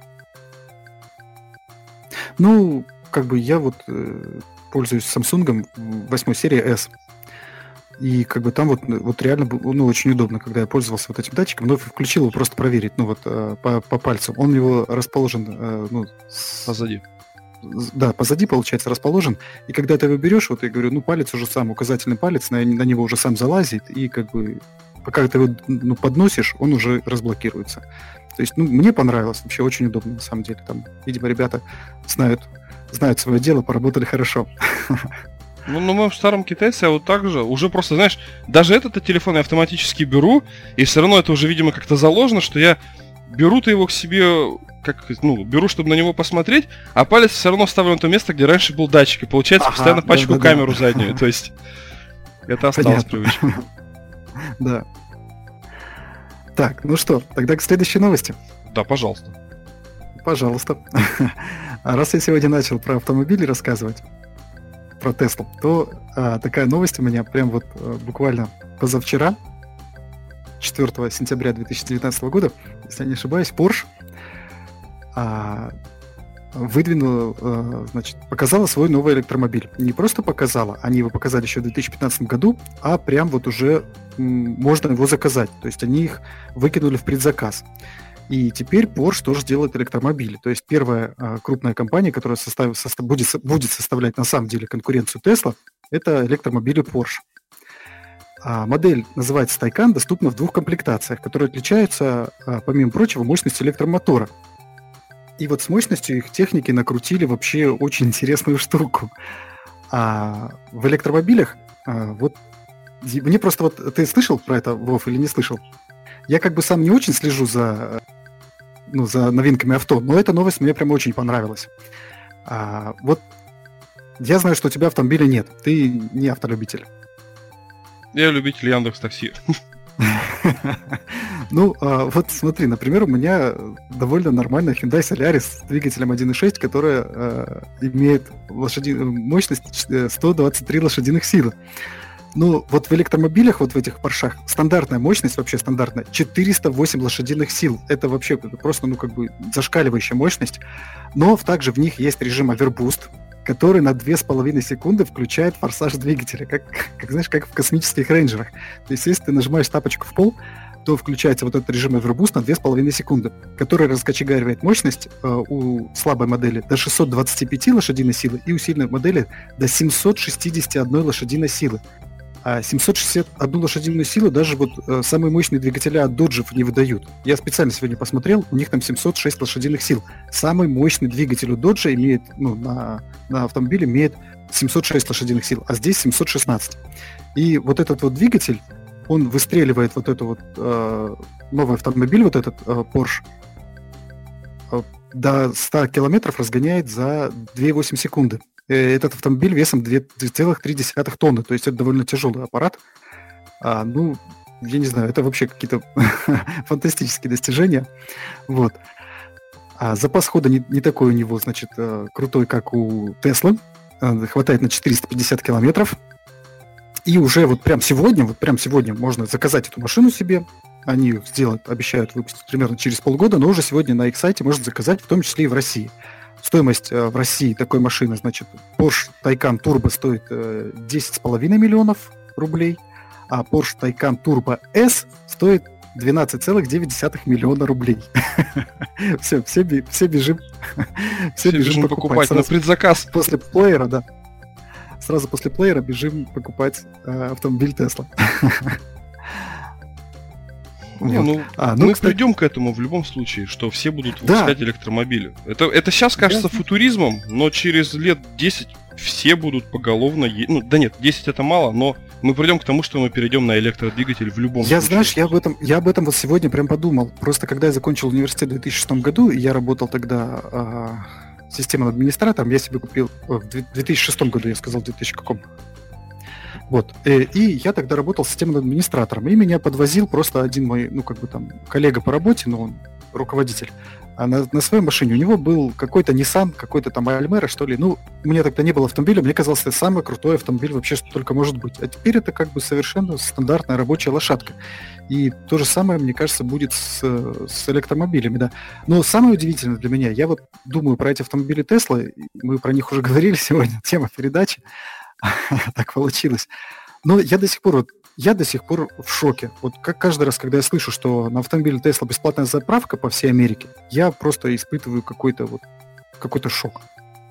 Ну, как бы я вот э, пользуюсь Samsung восьмой серии S. И как бы там вот, вот реально ну, очень удобно, когда я пользовался вот этим датчиком, но включил его просто проверить, ну вот э, по, по пальцу. Он у него расположен, э, ну, с... позади. Да, позади, получается, расположен. И когда ты его берешь, вот я говорю, ну, палец уже сам, указательный палец, на, на него уже сам залазит, и как бы пока ты его ну, подносишь, он уже разблокируется. То есть, ну, мне понравилось, вообще очень удобно, на самом деле. Там, видимо, ребята знают, знают свое дело, поработали хорошо. Ну, на моем старом китайце я вот так же, уже просто, знаешь, даже этот телефон я автоматически беру, и все равно это уже, видимо, как-то заложено, что я беру-то его к себе... как, ну, беру, чтобы на него посмотреть, а палец все равно ставлю на то место, где раньше был датчик, и получается, ага, постоянно пачкаю да, да, камеру да. заднюю, то есть это осталось привычкой. Да. Так, ну что, тогда к следующей новости. Да, пожалуйста. Пожалуйста. А раз я сегодня начал про автомобили рассказывать, про Теслу, то а, такая новость у меня прям вот а, буквально позавчера, четвёртого сентября две тысячи девятнадцатого года, если я не ошибаюсь, Porsche а, выдвинула, а, значит, показала свой новый электромобиль. Не просто показала, они его показали еще в две тысячи пятнадцатом году, а прям вот уже м, можно его заказать. То есть они их выкинули в предзаказ. И теперь Porsche тоже делает электромобили. То есть первая а, крупная компания, которая состав, состав, будет, будет составлять на самом деле конкуренцию Tesla, это электромобили Porsche. А модель называется Taycan, доступна в двух комплектациях, которые отличаются, а, помимо прочего, мощностью электромотора. И вот с мощностью их техники накрутили вообще очень интересную штуку. А в электромобилях, а, вот мне просто вот, ты слышал про это, Вов, или не слышал? Я как бы сам не очень слежу за, ну, за новинками авто, но эта новость мне прям очень понравилась. А, вот я знаю, что у тебя автомобиля нет, ты не автолюбитель. Я любитель Яндекс.Такси. Ну, вот смотри, например, у меня довольно нормальная Hyundai Solaris с двигателем один и шесть, которая имеет мощность сто двадцать три лошадиных силы. Ну, вот в электромобилях, вот в этих Поршах, стандартная мощность, вообще стандартная, четыреста восемь лошадиных сил. Это вообще просто, ну, как бы зашкаливающая мощность. Но также в них есть режим Overboost, который на две с половиной секунды включает форсаж двигателя, как, как, знаешь, как в космических рейнджерах. То есть, если ты нажимаешь тапочку в пол, то включается вот этот режим Overboost на две с половиной секунды, который раскочегаривает мощность э, у слабой модели до шестьсот двадцать пять лошадиной силы и у сильной модели до семьсот шестьдесят одна лошадиной силы. А семьсот шестьдесят одну лошадиную силу даже вот э, самые мощные двигателя от доджев не выдают. Я специально сегодня посмотрел, у них там семьсот шесть лошадиных сил. Самый мощный двигатель у доджа имеет, ну, на, на автомобиле имеет семьсот шесть лошадиных сил, а здесь семьсот шестнадцать. И вот этот вот двигатель, он выстреливает вот эту вот э, новый автомобиль, вот этот э, Porsche, э, до ста километров разгоняет за две целых восемь десятых секунды. Этот автомобиль весом две целых три десятых тонны, то есть это довольно тяжелый аппарат. А, ну, я не знаю, это вообще какие-то фантастические достижения. Вот. А запас хода не, не такой у него, значит, крутой, как у Теслы. Хватает на четыреста пятьдесят километров. И уже вот прям сегодня, вот прям сегодня можно заказать эту машину себе. Они сделают, обещают выпустить примерно через полгода, но уже сегодня на их сайте можно заказать, в том числе и в России. Стоимость э, в России такой машины, значит, Porsche Taycan Turbo стоит э, десять с половиной миллионов рублей, а Porsche Taycan Turbo S стоит двенадцать целых девять десятых миллиона рублей. Все, все бежим, все бежим покупать. На предзаказ. После плеера, да. Сразу после плеера бежим покупать автомобиль Tesla. Не, вот. ну, а, ну, мы кстати... придем к этому в любом случае, что все будут выпускать да. электромобили. Это, это сейчас кажется да. футуризмом, но через лет десять все будут поголовно... Е... Ну, да нет, десять это мало, но мы придем к тому, что мы перейдем на электродвигатель в любом я, случае. Знаешь, я об этом, я об этом вот сегодня прям подумал. Просто когда я закончил университет в две тысячи шестом году, я работал тогда а, системным администратором, я себе купил... В две тысячи шестом году, я сказал, в две тысячи каком? Вот. И я тогда работал системным администратором, и меня подвозил просто один мой, ну, как бы там, коллега по работе, но он руководитель. А на, на своей машине у него был какой-то Nissan, какой-то там Almera, что ли. Ну, у меня тогда не было автомобиля, мне казалось, это самый крутой автомобиль вообще, что только может быть. А теперь это как бы совершенно стандартная рабочая лошадка. И то же самое, мне кажется, будет с, с электромобилями, да. Но самое удивительное для меня, я вот думаю про эти автомобили Tesla, мы про них уже говорили сегодня, тема передачи, так получилось. Но я до сих пор, вот, я до сих пор в шоке. Вот как каждый раз, когда я слышу, что на автомобиле Tesla бесплатная заправка по всей Америке, я просто испытываю какой-то вот какой-то шок.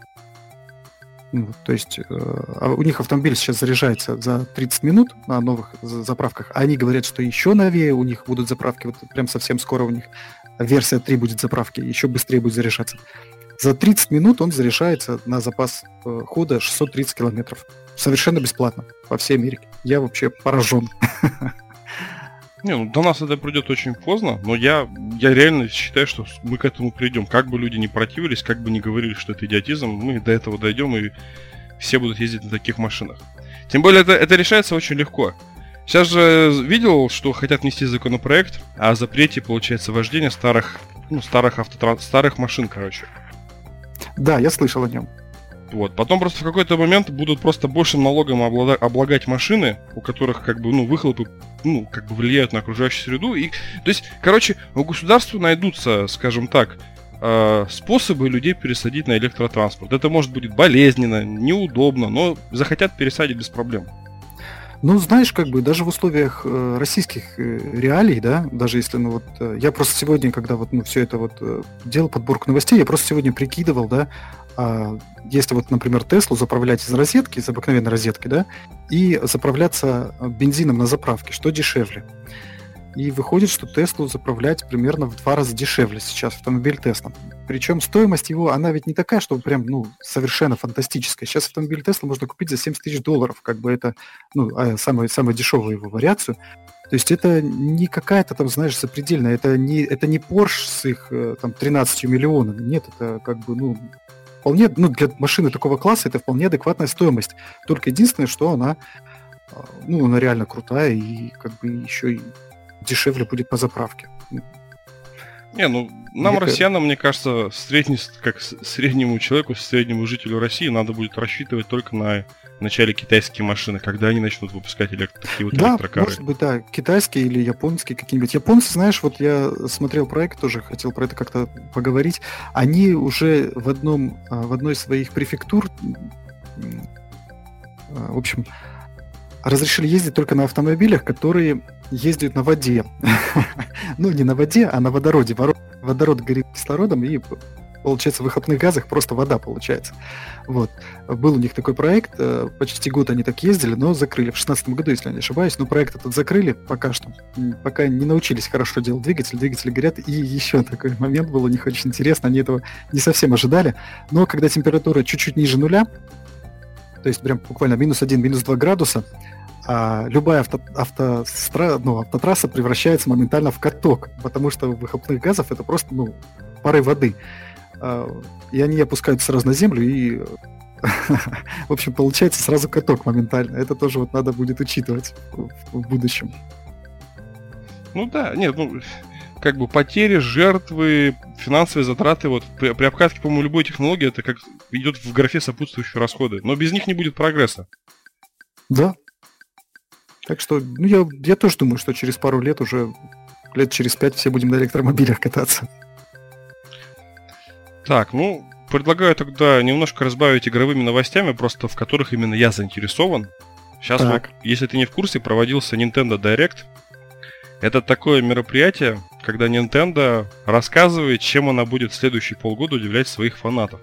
Вот, то есть э, у них автомобиль сейчас заряжается за тридцать минут на новых заправках, а они говорят, что еще новее у них будут заправки, вот прям совсем скоро у них версия три будет заправки, еще быстрее будет заряжаться. За тридцать минут он заряжается на запас э, хода шестьсот тридцать километров. Совершенно бесплатно по всей Америке. Я вообще поражен. Не, ну до нас это придет очень поздно, но я, я реально считаю, что мы к этому придем. Как бы люди не противились, как бы не говорили, что это идиотизм, мы до этого дойдем, и все будут ездить на таких машинах. Тем более это, это решается очень легко. Сейчас же видел, что хотят внести законопроект о запрете, получается, вождения старых, ну, старых автотранс... старых машин, короче. Да, я слышал о нем. Вот. Потом просто в какой-то момент будут просто большим налогом облада- облагать машины, у которых как бы, ну, выхлопы, ну, как бы влияют на окружающую среду. И, то есть, короче, у государства найдутся, скажем так, э, способы людей пересадить на электротранспорт. Это может быть болезненно, неудобно, но захотят пересадить без проблем. Ну, знаешь, как бы даже в условиях э, российских э, реалий, да, даже если, ну вот, э, я просто сегодня, когда вот, ну, все это вот э, делал подборку новостей, я просто сегодня прикидывал, да, э, если вот, например, Теслу заправлять из розетки, из обыкновенной розетки, да, и заправляться бензином на заправке, что дешевле. И выходит, что Теслу заправлять примерно в два раза дешевле сейчас автомобиль Тесла. Причем стоимость его, она ведь не такая, что прям, ну, совершенно фантастическая. Сейчас автомобиль Тесла можно купить за семьдесят тысяч долларов, как бы это, ну, самая, самая дешевая его вариацию. То есть это не какая-то там, знаешь, запредельная, это не, это не Porsche с их там тринадцатью миллионами. Нет, это как бы, ну, вполне, ну, для машины такого класса это вполне адекватная стоимость. Только единственное, что она, ну, она реально крутая и как бы еще и дешевле будет по заправке. Не, ну, нам, Мне россиянам, мне кажется, средний, как среднему человеку, среднему жителю России надо будет рассчитывать только на начале китайские машины, когда они начнут выпускать электро- такие вот да, электрокары. может быть, да, китайские или японские какие-нибудь. Японцы, знаешь, вот я смотрел проект, тоже хотел про это как-то поговорить. Они уже в одном, в одной из своих префектур, в общем, разрешили ездить только на автомобилях, которые ездят на воде. Ну, не на воде, а на водороде. Водород горит кислородом, и, получается, в выхлопных газах просто вода получается. Вот. Был у них такой проект, почти год они так ездили, но закрыли. В шестнадцатом году, если я не ошибаюсь, но проект этот закрыли пока что. Пока не научились хорошо делать двигатель, двигатели горят. И еще такой момент был у них очень интересно, они этого не совсем ожидали. Но когда температура чуть-чуть ниже нуля, то есть прям буквально минус один, минус два градуса, а любая авто, автостра, ну, автотрасса превращается моментально в каток, потому что выхлопных газов это просто, ну, пары воды. И они опускаются сразу на землю, и, в общем, получается сразу каток моментально. Это тоже вот надо будет учитывать в будущем. Ну да, нет, ну, как бы потери, жертвы, финансовые затраты, вот при, при обкатке, по-моему, любой технологии, это как идет в графе сопутствующие расходы. Но без них не будет прогресса. Да. Так что, ну, я, я тоже думаю, что через пару лет уже, лет через пять все будем на электромобилях кататься. Так, ну, предлагаю тогда немножко разбавить игровыми новостями, просто в которых именно я заинтересован. Сейчас вот, если ты не в курсе, проводился Nintendo Direct. Это такое мероприятие, когда Nintendo рассказывает, чем она будет в следующие полгода удивлять своих фанатов.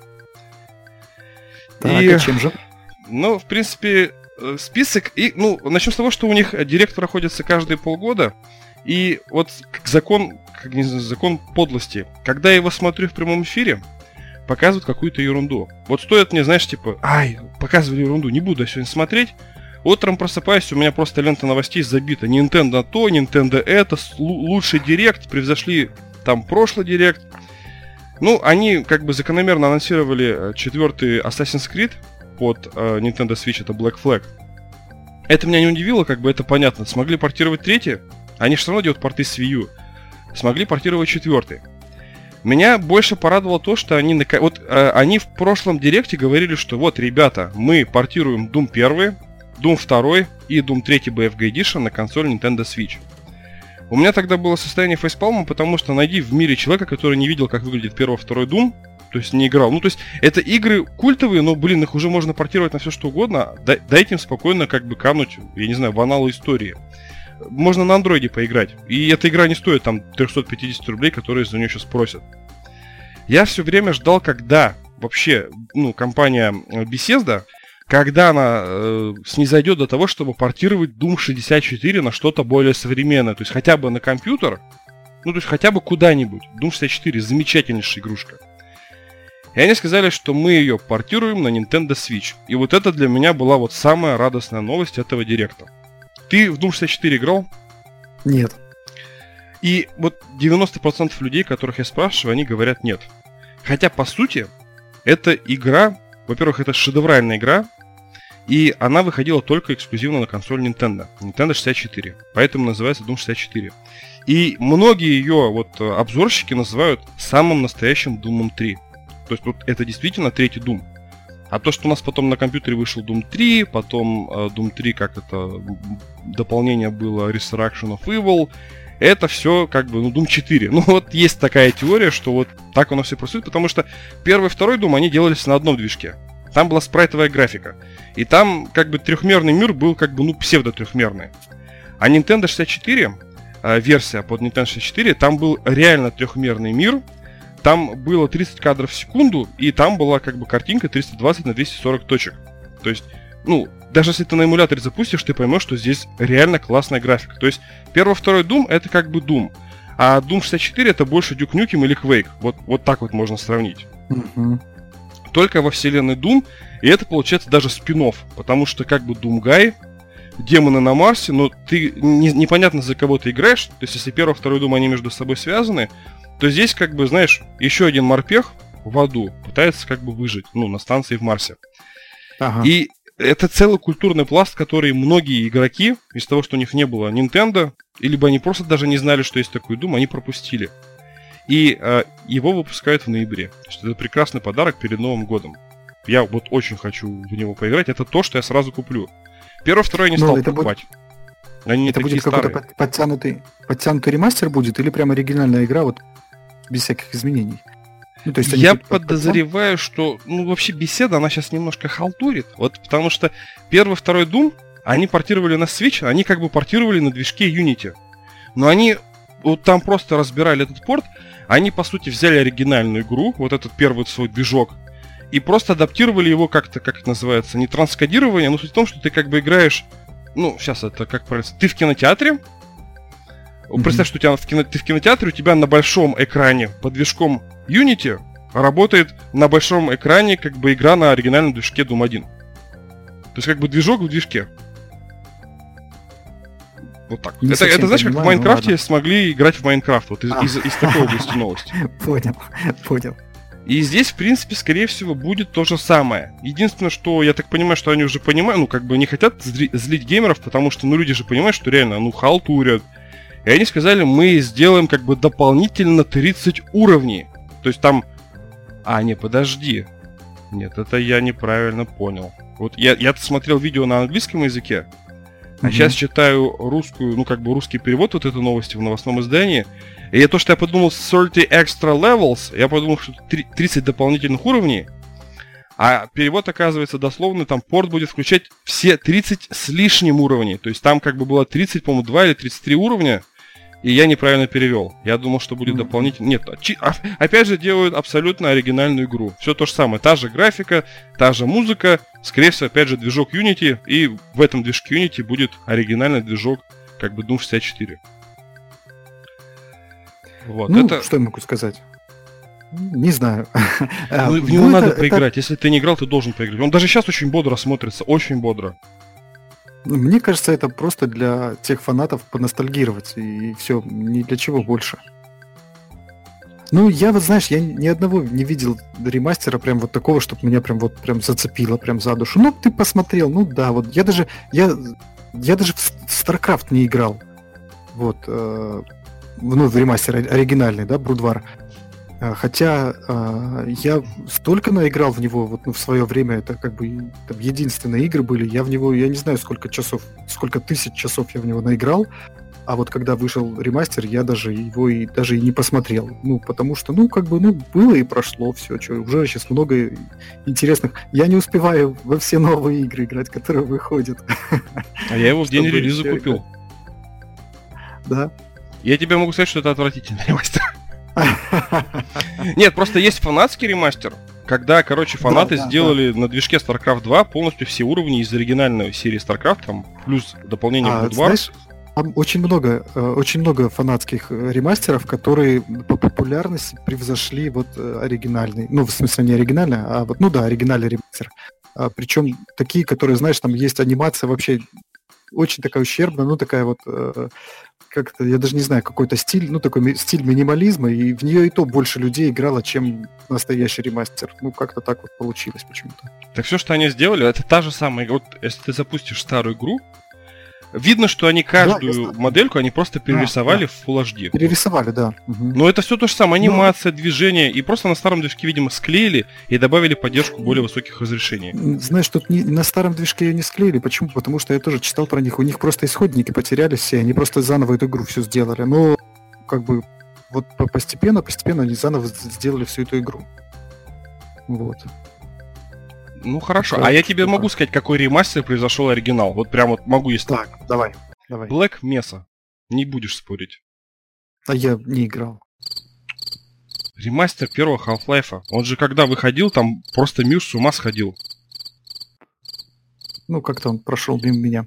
Так, и, а чем же? Ну, в принципе, список... И, ну, начнем с того, что у них директ проходится каждые полгода. И вот как закон, как не знаю, закон подлости. Когда я его смотрю в прямом эфире, показывают какую-то ерунду. Вот стоит мне, знаешь, типа, ай, показывали ерунду, не буду я сегодня смотреть. Утром просыпаюсь, у меня просто лента новостей забита. Nintendo то, Nintendo это, лучший директ, превзошли там прошлый директ. Ну, они как бы закономерно анонсировали четвертый Assassin's Creed под э, Nintendo Switch, это Black Flag. Это меня не удивило, как бы это понятно. Смогли портировать третий, они же все равно делают порты с Wii U. Смогли портировать четвертый. Меня больше порадовало то, что они, вот, э, они в прошлом директе говорили, что вот, ребята, мы портируем Doom один, Doom два и Doom три би эф джи Edition на консоль Nintendo Switch. У меня тогда было состояние фейспалма, потому что найди в мире человека, который не видел, как выглядит первый, второй Doom, то есть не играл. Ну, то есть это игры культовые, но, блин, их уже можно портировать на все что угодно. Дай, дайте им спокойно как бы кануть, я не знаю, в аналы истории. Можно на андроиде поиграть. И эта игра не стоит там триста пятьдесят рублей, которые за нее сейчас просят. Я все время ждал, когда вообще, ну, компания Bethesda, когда она э, снизойдет до того, чтобы портировать Doom шестьдесят четыре на что-то более современное. То есть хотя бы на компьютер, ну то есть хотя бы куда-нибудь. Doom шестьдесят четыре замечательнейшая игрушка. И они сказали, что мы ее портируем на Nintendo Switch. И вот это для меня была вот самая радостная новость этого директа. Ты в Doom шестьдесят четыре играл? Нет. И вот девяносто процентов людей, которых я спрашиваю, они говорят нет. Хотя по сути, это игра, во-первых, это шедевральная игра, и она выходила только эксклюзивно на консоль Nintendo. Nintendo шестьдесят четыре. Поэтому называется Doom шестьдесят четыре. И многие ее вот обзорщики называют самым настоящим Doom три. То есть вот это действительно третий Doom. А то, что у нас потом на компьютере вышел Doom три, потом э, Doom три, как это дополнение было Resurrection of Evil, это все как бы, ну, Doom четыре. Ну вот есть такая теория, что вот так оно все происходит, потому что первый и второй Doom, они делались на одном движке. Там была спрайтовая графика. И там как бы трехмерный мир был как бы, ну, псевдо-трехмерный. А Nintendo шестьдесят четыре, э, версия под Nintendo шестьдесят четыре, там был реально трехмерный мир. Там было тридцать кадров в секунду, и там была как бы картинка триста двадцать на двести сорок точек. То есть ну, даже если ты на эмуляторе запустишь, ты поймешь, что здесь реально классная графика. То есть, первый, второй Doom это как бы Doom, а Doom шестьдесят четыре это больше Duke Nukem или Quake. Вот, вот так вот можно сравнить. Мгм. Только во вселенной Doom, и это получается даже спин-офф, потому что как бы Doomguy, демоны на Марсе, но ты не, непонятно за кого ты играешь, то есть если первый, второй Doom они между собой связаны, то здесь как бы, знаешь, еще один морпех в аду пытается как бы выжить, ну, на станции в Марсе. Ага. И это целый культурный пласт, который многие игроки, из того, что у них не было Nintendo, либо они просто даже не знали, что есть такой Doom, они пропустили. И э, его выпускают в ноябре. То есть это прекрасный подарок перед Новым годом. Я вот очень хочу в него поиграть. Это то, что я сразу куплю. Первый, второй я не Ну, стал это покупать. Они не Это такие будет какой-то старые. под- подтянутый, подтянутый ремастер будет или прям оригинальная игра вот без всяких изменений? Ну, то есть они Я чуть под- подозреваю, что, ну, вообще беседа, она сейчас немножко халтурит. Вот потому что первый, второй Doom, они портировали на Switch, они как бы портировали на движке Unity. Но они вот там просто разбирали этот порт, они, по сути, взяли оригинальную игру, вот этот первый свой движок, и просто адаптировали его как-то, как это называется, не транскодирование, но суть в том, что ты как бы играешь, ну, сейчас это как правильно, ты в кинотеатре, Мгм. представь, что у тебя в кино, ты в кинотеатре, у тебя на большом экране под движком Unity работает на большом экране как бы игра на оригинальном движке Doom один. То есть как бы движок в движке. Вот так. Не Это, совсем это знаешь, как в понимаю, ну Майнкрафте ладно. смогли играть в Майнкрафт. Вот из, А. из, из такой области новости. Понял, понял. И здесь, в принципе, скорее всего, будет то же самое. Единственное, что я так понимаю, что они уже понимают, ну, как бы не хотят зри- злить геймеров, потому что, ну, люди же понимают, что реально, ну, халтурят. И они сказали, мы сделаем, как бы, дополнительно тридцать уровней. То есть там... А, не, подожди. Нет, это я неправильно понял. Вот я, я смотрел видео на английском языке, а Мгм. сейчас читаю русскую, ну, как бы русский перевод вот этой новости в новостном издании. И то, что я подумал, тридцать extra levels, я подумал, что три- тридцать дополнительных уровней, а перевод, оказывается, дословно, там порт будет включать все тридцать с лишним уровней. То есть там как бы было тридцать, по-моему, два или тридцать три уровня, и я неправильно перевел. Я думал, что будет Мгм. дополнительно... Нет, чи- а- опять же делают абсолютно оригинальную игру. Все то же самое, та же графика, та же музыка, скорее всего, опять же, движок Unity, и в этом движке Unity будет оригинальный движок, как бы Doom шестьдесят четыре. Вот, Ну, это... что я могу сказать? Не знаю. А, Ну, в него ну, надо это- это- поиграть. Если ты не играл, ты должен поиграть. Он даже сейчас очень бодро смотрится, очень бодро. Ну, мне кажется, это просто для тех фанатов поностальгировать, и все, ни для чего больше. Ну, я вот, знаешь, я ни одного не видел ремастера прям вот такого, чтобы меня прям вот прям зацепило прям за душу. Ну, ты посмотрел, ну да, вот я даже, я, я даже в С- в StarCraft не играл. Вот, э, ну, в ремастер ори- оригинальный, да, Брудвар. Э, Хотя э, я столько наиграл в него вот, ну, в свое время, это как бы и, там, единственные игры были. Я в него, я не знаю, сколько часов, сколько тысяч часов я в него наиграл. А вот когда вышел ремастер, я даже его и даже и не посмотрел. Ну, потому что, ну, как бы, ну, было и прошло все. Что, уже сейчас много интересных. Я не успеваю во все новые игры играть, которые выходят. А я его в день Чтобы релиза всё купил. Да. Я тебе могу сказать, что это отвратительный ремастер. Нет, просто есть фанатский ремастер, когда, короче, фанаты Да, да, сделали на движке StarCraft два полностью все уровни из оригинальной серии StarCraft, там, плюс дополнение А, Blood Wars. знаешь, там очень много, э, очень много фанатских э, ремастеров, которые по популярности превзошли вот э, оригинальный. Ну, в смысле, не оригинальный, а вот, ну да, оригинальный ремастер. А, причем такие, которые, знаешь, там есть анимация вообще очень такая ущербная, ну, такая вот, э, как-то, я даже не знаю, какой-то стиль, ну, такой ми- стиль минимализма, и в нее и то больше людей играло, чем настоящий ремастер. Ну, как-то так вот получилось почему-то. Так все, что они сделали, это та же самая игра. Вот если ты запустишь старую игру, видно, что они каждую я знаю. модельку они просто перерисовали да. в Full эйч ди. Перерисовали, да. Мгм. Но это все то же самое, анимация, движение, и просто на старом движке, видимо, склеили и добавили поддержку более высоких разрешений. М, Знаешь, тут не, на старом движке ее не склеили. Почему? Потому что я тоже читал про них. У них просто исходники потерялись все. Они просто заново эту игру все сделали. Но как бы вот по- постепенно, постепенно они заново с- сделали всю эту игру. Вот. Ну хорошо, Так, а я тебе штука. могу сказать, какой ремастер превзошел оригинал. Вот прям вот могу, если... Так, давай. Давай. Black Mesa. Не будешь спорить. А я не играл. Ремастер первого Half-Life. Он же когда выходил, там просто мир с ума сходил. Ну, как-то он прошел мимо меня.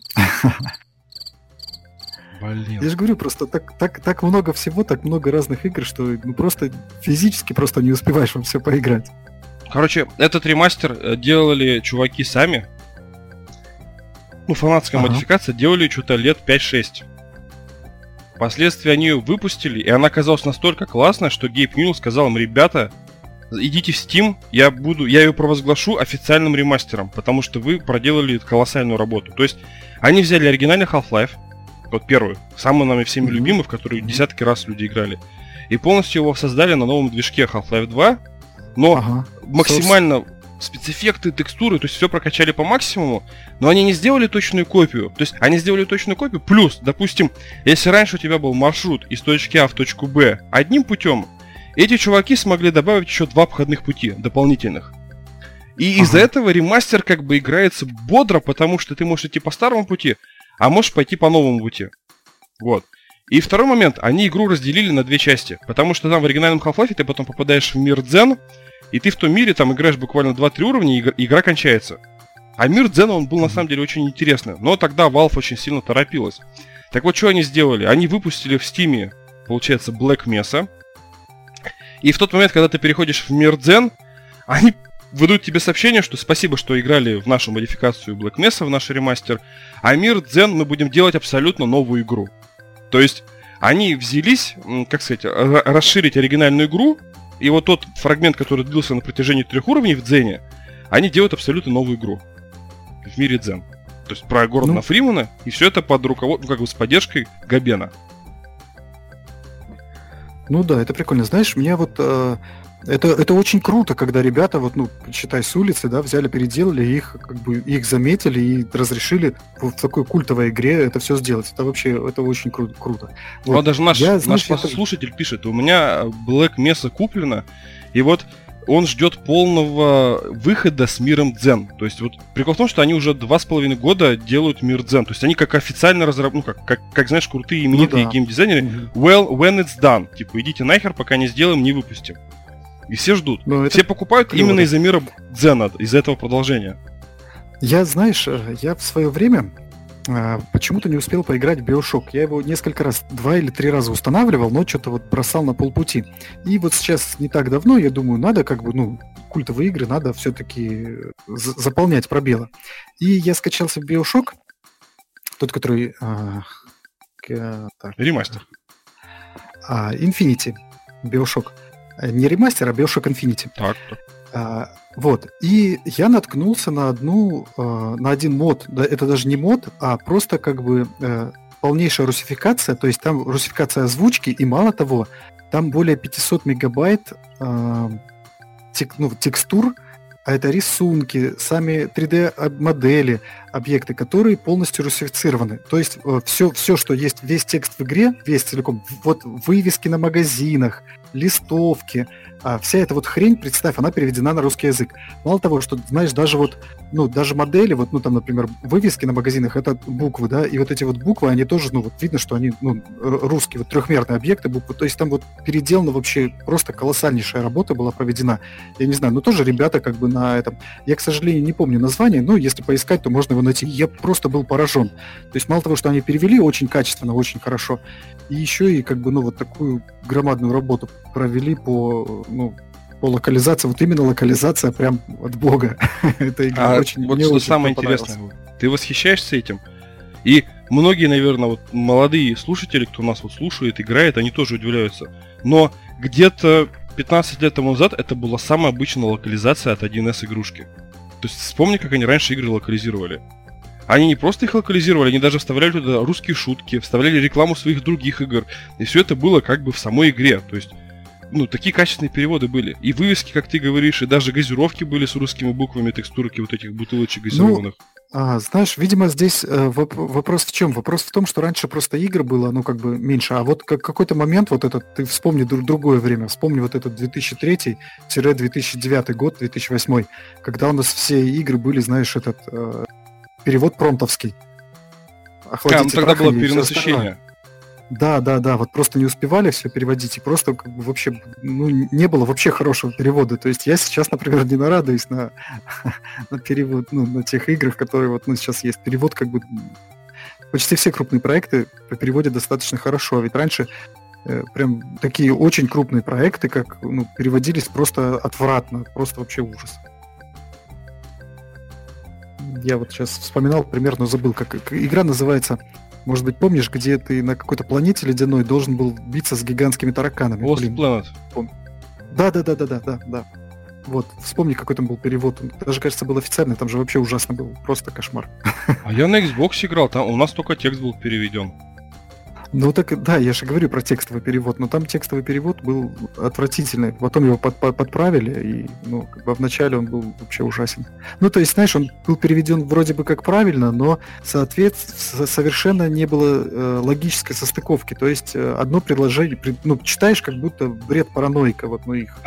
Блин. Я же говорю, просто так, так, так много всего, так много разных игр, что ну, просто физически просто не успеваешь во все поиграть. Короче, этот ремастер делали чуваки сами. Ну, фанатская ага. модификация делали что-то лет пять-шесть. Впоследствии они ее выпустили, и она оказалась настолько классная, что Гейб Ньюэлл сказал им: ребята, идите в Steam, я буду, я ее провозглашу официальным ремастером, потому что вы проделали колоссальную работу. То есть, они взяли оригинальный Half-Life, вот первый, самый нами всеми mm-hmm. любимый, в который mm-hmm. десятки раз люди играли, и полностью его создали на новом движке Half-Life два, но ага. максимально Собственно. спецэффекты, текстуры, то есть все прокачали по максимуму, но они не сделали точную копию. То есть они сделали точную копию, плюс, допустим, если раньше у тебя был маршрут из точки А в точку Б одним путем, эти чуваки смогли добавить еще два обходных пути дополнительных. И ага. из-за этого ремастер как бы играется бодро, потому что ты можешь идти по старому пути, а можешь пойти по новому пути. Вот. И второй момент, они игру разделили на две части, потому что там в оригинальном Half-Life ты потом попадаешь в мир Дзен, и ты в том мире там играешь буквально два-три уровня, и игра, игра кончается. А мир Дзена, он был на самом деле очень интересный, но тогда Valve очень сильно торопилась. Так вот, что они сделали? Они выпустили в Steam, получается, Black Mesa, и в тот момент, когда ты переходишь в мир Дзен, они выдают тебе сообщение, что спасибо, что играли в нашу модификацию Black Mesa, в наш ремастер, а мир Дзен мы будем делать абсолютно новую игру. То есть они взялись, как сказать, расширить оригинальную игру, и вот тот фрагмент, который длился на протяжении трех уровней в Дзене, они делают абсолютно новую игру в мире Дзен. То есть про Гордона ну, Фримана, и все это под руководством, ну, как бы с поддержкой Габена. Ну да, это прикольно. Знаешь, меня вот... Э, это, это очень круто, когда ребята, вот, ну, считай, с улицы, да, взяли, переделали, их, как бы, их заметили и разрешили в такой культовой игре это все сделать. Это вообще, это очень кру- круто. Вот. Ну, даже наш, я, знаешь, наш послушатель это... пишет, у меня Black Mesa куплено, и вот он ждет полного выхода с миром Дзен. То есть вот прикол в том, что они уже два с половиной года делают мир Дзен. То есть они как официально разработаны, ну как, как, как знаешь, крутые именитые ну, да. геймдизайнеры. Mm-hmm. Well, when it's done. Типа, идите нахер, пока не сделаем, не выпустим. И все ждут. Но все покупают клево. Именно из-за мира Дзена, из-за этого продолжения. Я, знаешь, я в свое время а, почему-то не успел поиграть в BioShock. Я его несколько раз, два или три раза устанавливал, но что-то вот бросал на полпути. И вот сейчас не так давно, я думаю, надо как бы, ну, культовые игры, надо все-таки за- заполнять пробелы. И я скачался в BioShock, тот, который... А, так, ремастер. А, Infinity. BioShock. Не ремастер, а BioShock Infinity. Так, так. А, вот. И я наткнулся на одну, а, на один мод. Да, это даже не мод, а просто как бы а, полнейшая русификация. То есть там русификация озвучки, и мало того, там более пятьсот мегабайт а, тек, ну, текстур, а это рисунки, сами три дэ-модели, объекты, которые полностью русифицированы. То есть все, все, что есть, весь текст в игре, весь целиком, вот вывески на магазинах, листовки, а вся эта вот хрень, представь, она переведена на русский язык. Мало того, что, знаешь, даже вот, ну, даже модели, вот, ну, там, например, вывески на магазинах, это буквы, да, и вот эти вот буквы, они тоже, ну, вот видно, что они, ну, русские, вот трехмерные объекты, буквы, то есть там вот переделана вообще просто колоссальнейшая работа была проведена. Я не знаю, но тоже ребята как бы на этом, я, к сожалению, не помню название, но если поискать, то можно его найти. Я просто был поражен. То есть мало того, что они перевели очень качественно, очень хорошо, и еще и как бы, ну, вот такую громадную работу провели по, ну, по локализации. Вот именно локализация прям от бога. Это игра а очень, вот что очень самое интересное, ты восхищаешься этим? И многие, наверное, вот молодые слушатели, кто нас вот слушает, играет, они тоже удивляются. Но где-то пятнадцать лет тому назад это была самая обычная локализация от один эс игрушки. То есть вспомни, как они раньше игры локализировали. Они не просто их локализировали, они даже вставляли туда русские шутки, вставляли рекламу своих других игр. И все это было как бы в самой игре. То есть, ну, такие качественные переводы были. И вывески, как ты говоришь, и даже газировки были с русскими буквами, текстурки вот этих бутылочек газированных. Ну, а, знаешь, видимо, здесь э, воп- вопрос в чем? Вопрос в том, что раньше просто игр было, ну, как бы меньше. А вот как, какой-то момент, вот этот, ты вспомни друг, другое время, вспомни вот этот две тысячи третий - две тысячи девятый год, две тысячи восьмой, когда у нас все игры были, знаешь, этот... Э, перевод промптовский. А, ну тогда было перенасыщение. Да, да, да, вот просто не успевали все переводить, и просто как бы вообще, ну, не было вообще хорошего перевода. То есть я сейчас, например, не нарадуюсь на, на перевод, ну, на тех играх, которые вот, ну, сейчас есть. Перевод как бы... Почти все крупные проекты по переводе достаточно хорошо, ведь раньше э, прям такие очень крупные проекты, как, ну, переводились просто отвратно, просто вообще ужас. Я вот сейчас вспоминал, примерно забыл, как, как игра называется... Может быть, помнишь, где ты на какой-то планете ледяной должен был биться с гигантскими тараканами? Lost Planet. Да, да, да, да, да, да, да. Вот, вспомни, какой там был перевод. Он даже, кажется, был официальный, там же вообще ужасно был. Просто кошмар. А я на Xbox играл, там у нас только текст был переведен. Ну так, да, я же говорю про текстовый перевод, но там текстовый перевод был отвратительный. Потом его под, под, подправили, и, ну, как бы вначале он был вообще ужасен. Ну, то есть, знаешь, он был переведен вроде бы как правильно, но соответственно совершенно не было э, логической состыковки. То есть э, одно предложение, при, ну, читаешь, как будто бред параноика, вот, ну, их.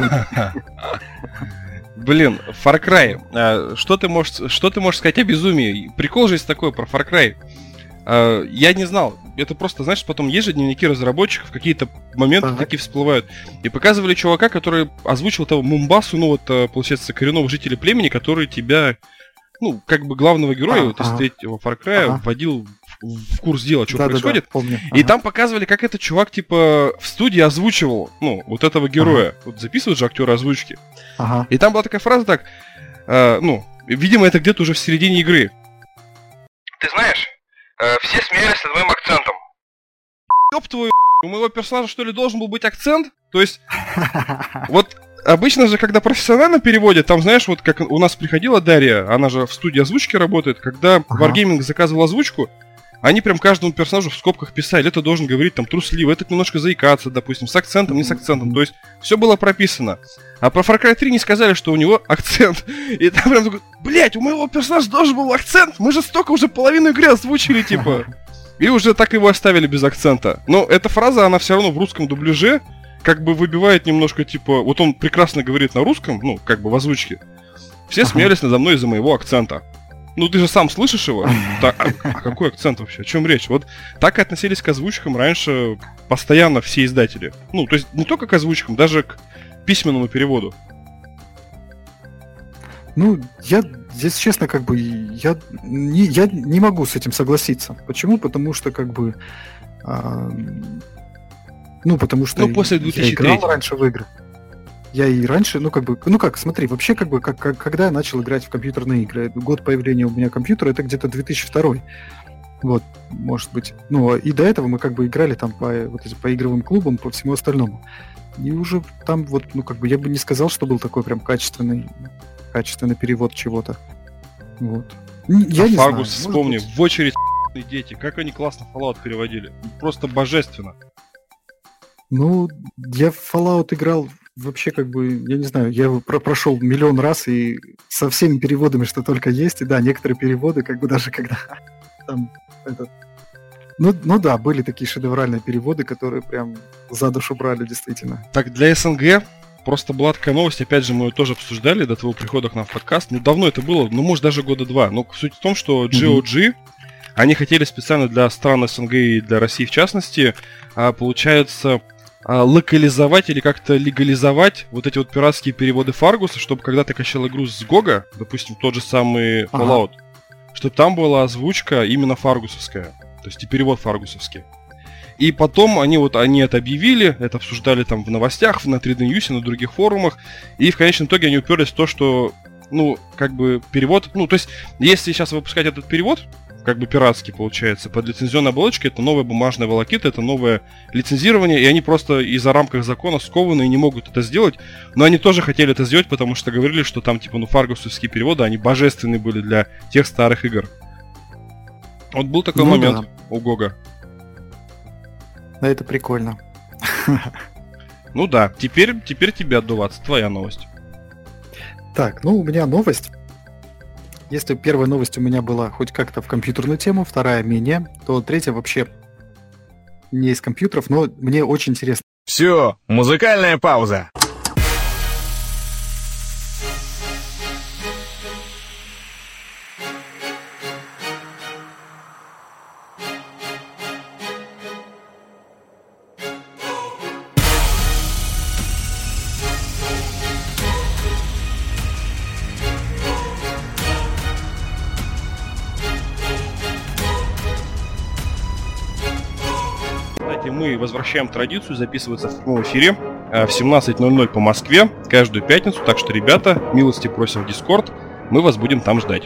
Блин, Far Cry. Что ты можешь, что ты можешь сказать о безумии? Прикол же есть такой про Far Cry. Я не знал. Это просто, знаешь, потом есть же дневники разработчиков, какие-то моменты ага. такие всплывают. И показывали чувака, который озвучил того Мумбасу, ну вот, получается, коренного жителя племени, который тебя, ну, как бы главного героя, а, вот, ага. из третьего Far Cry ага. вводил в, в курс дела, что да, происходит. Да, да, помню. Ага. И там показывали, как этот чувак, типа, в студии озвучивал, ну, вот этого героя. Ага. Вот записывают же актеры озвучки. Ага. И там была такая фраза так, э, ну, видимо, это где-то уже в середине игры. Ты знаешь, э, все смеялись над моим акцентом. Ёб твою, у моего персонажа, что ли, должен был быть акцент? То есть, вот обычно же, когда профессионально переводят, там, знаешь, вот как у нас приходила Дарья, она же в студии озвучки работает, когда ага. Wargaming заказывал озвучку, они прям каждому персонажу в скобках писали, это должен говорить там трусливо, этот немножко заикаться, допустим, с акцентом, не с акцентом, то есть все было прописано. А про Far Cry три не сказали, что у него акцент. И там прям такой, блять, у моего персонажа должен был акцент, мы же столько уже половину игры озвучили, типа. И уже так его оставили без акцента. Но эта фраза, она все равно в русском дубляже как бы выбивает немножко, типа, вот он прекрасно говорит на русском, ну, как бы в озвучке. Все ага. смеялись надо мной из-за моего акцента. Ну, ты же сам слышишь его? Так, а, а какой акцент вообще? О чем речь? Вот так и относились к озвучкам раньше постоянно все издатели. Ну, то есть не только к озвучкам, даже к письменному переводу. Ну, я здесь, честно, как бы, я не, я не могу с этим согласиться. Почему? Потому что, как бы, а, ну, потому что ну, после две тысячи третьего я играл раньше в игры. Я и раньше, ну, как бы, ну как, смотри, вообще, как бы, как, как, когда я начал играть в компьютерные игры, год появления у меня компьютера, это где-то две тысячи второй. Вот, может быть. Ну, и до этого мы как бы играли там по, вот, по игровым клубам, по всему остальному. И уже там вот, ну, как бы, я бы не сказал, что был такой прям качественный, качественный перевод чего-то. Вот. Я а не Фаргус, знаю, вспомни, быть... в очередь дети, как они классно Fallout переводили. Просто божественно. Ну, я в Fallout играл вообще, как бы, я не знаю, я его про- прошел миллион раз и со всеми переводами, что только есть. И да, некоторые переводы, как бы даже когда там этот... Ну, ну да, были такие шедевральные переводы, которые прям за душу брали, действительно. Так, для СНГ просто была такая новость, опять же, мы ее тоже обсуждали до твоего прихода к нам в подкаст. Ну, давно это было, ну, может, даже года два. Но суть в том, что джи о джи, mm-hmm. они хотели специально для стран СНГ и для России в частности, а, получается... локализовать или как-то легализовать вот эти вот пиратские переводы Фаргуса, чтобы когда ты качал игру с Гога, допустим, тот же самый Fallout, ага. чтобы там была озвучка именно фаргусовская, то есть и перевод фаргусовский. И потом они вот они это объявили, это обсуждали там в новостях, на три дэ News, на других форумах, и в конечном итоге они уперлись в то, что, ну, как бы перевод, ну, то есть, если сейчас выпускать этот перевод, как бы пиратский получается, под лицензионной оболочкой, это новая бумажная волокита, это новое лицензирование, и они просто из-за рамках закона скованы и не могут это сделать, но они тоже хотели это сделать, потому что говорили, что там, типа, ну, фаргусовские переводы, они божественные были для тех старых игр. Вот был такой ну, момент да. у Гога. Да, это прикольно. Ну да, теперь, теперь тебе отдуваться, твоя новость. Так, ну, у меня новость. Если первая новость у меня была хоть как-то в компьютерную тему, вторая менее, то третья вообще не из компьютеров, но мне очень интересно. Все, музыкальная пауза. Кстати, мы возвращаем традицию записываться в прямом эфире в семнадцать ноль ноль по Москве каждую пятницу. Так что, ребята, милости просим в Discord. Мы вас будем там ждать.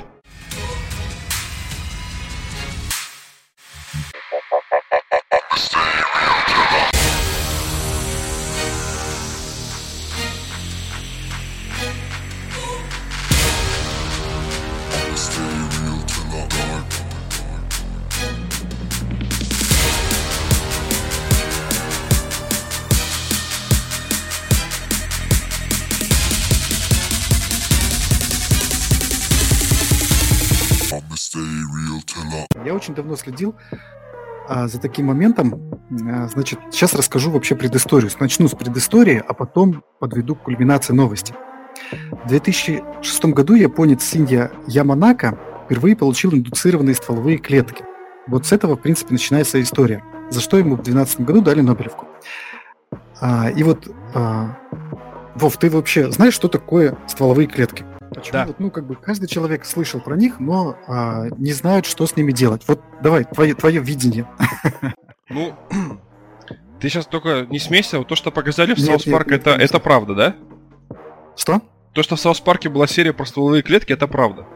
Я очень давно следил а, за таким моментом. А, значит, сейчас расскажу вообще предысторию. Начну с предыстории, а потом подведу к кульминации новости. В две тысячи шестом году японец Синья Яманака впервые получил индуцированные стволовые клетки. Вот с этого, в принципе, начинается история. За что ему в две тысячи двенадцатом году дали Нобелевку. А, и вот, а, Вов, ты вообще знаешь, что такое стволовые клетки? Почему? Да. Вот, ну, как бы каждый человек слышал про них, но а, не знают, что с ними делать. Вот давай, твое, твое видение. Ну, ты сейчас только не смейся, вот то, что показали в Нет, Саус нет, Парк, нет, это, конечно. это правда, да? Что? То, что в Саус Парке была серия про стволовые клетки, это правда.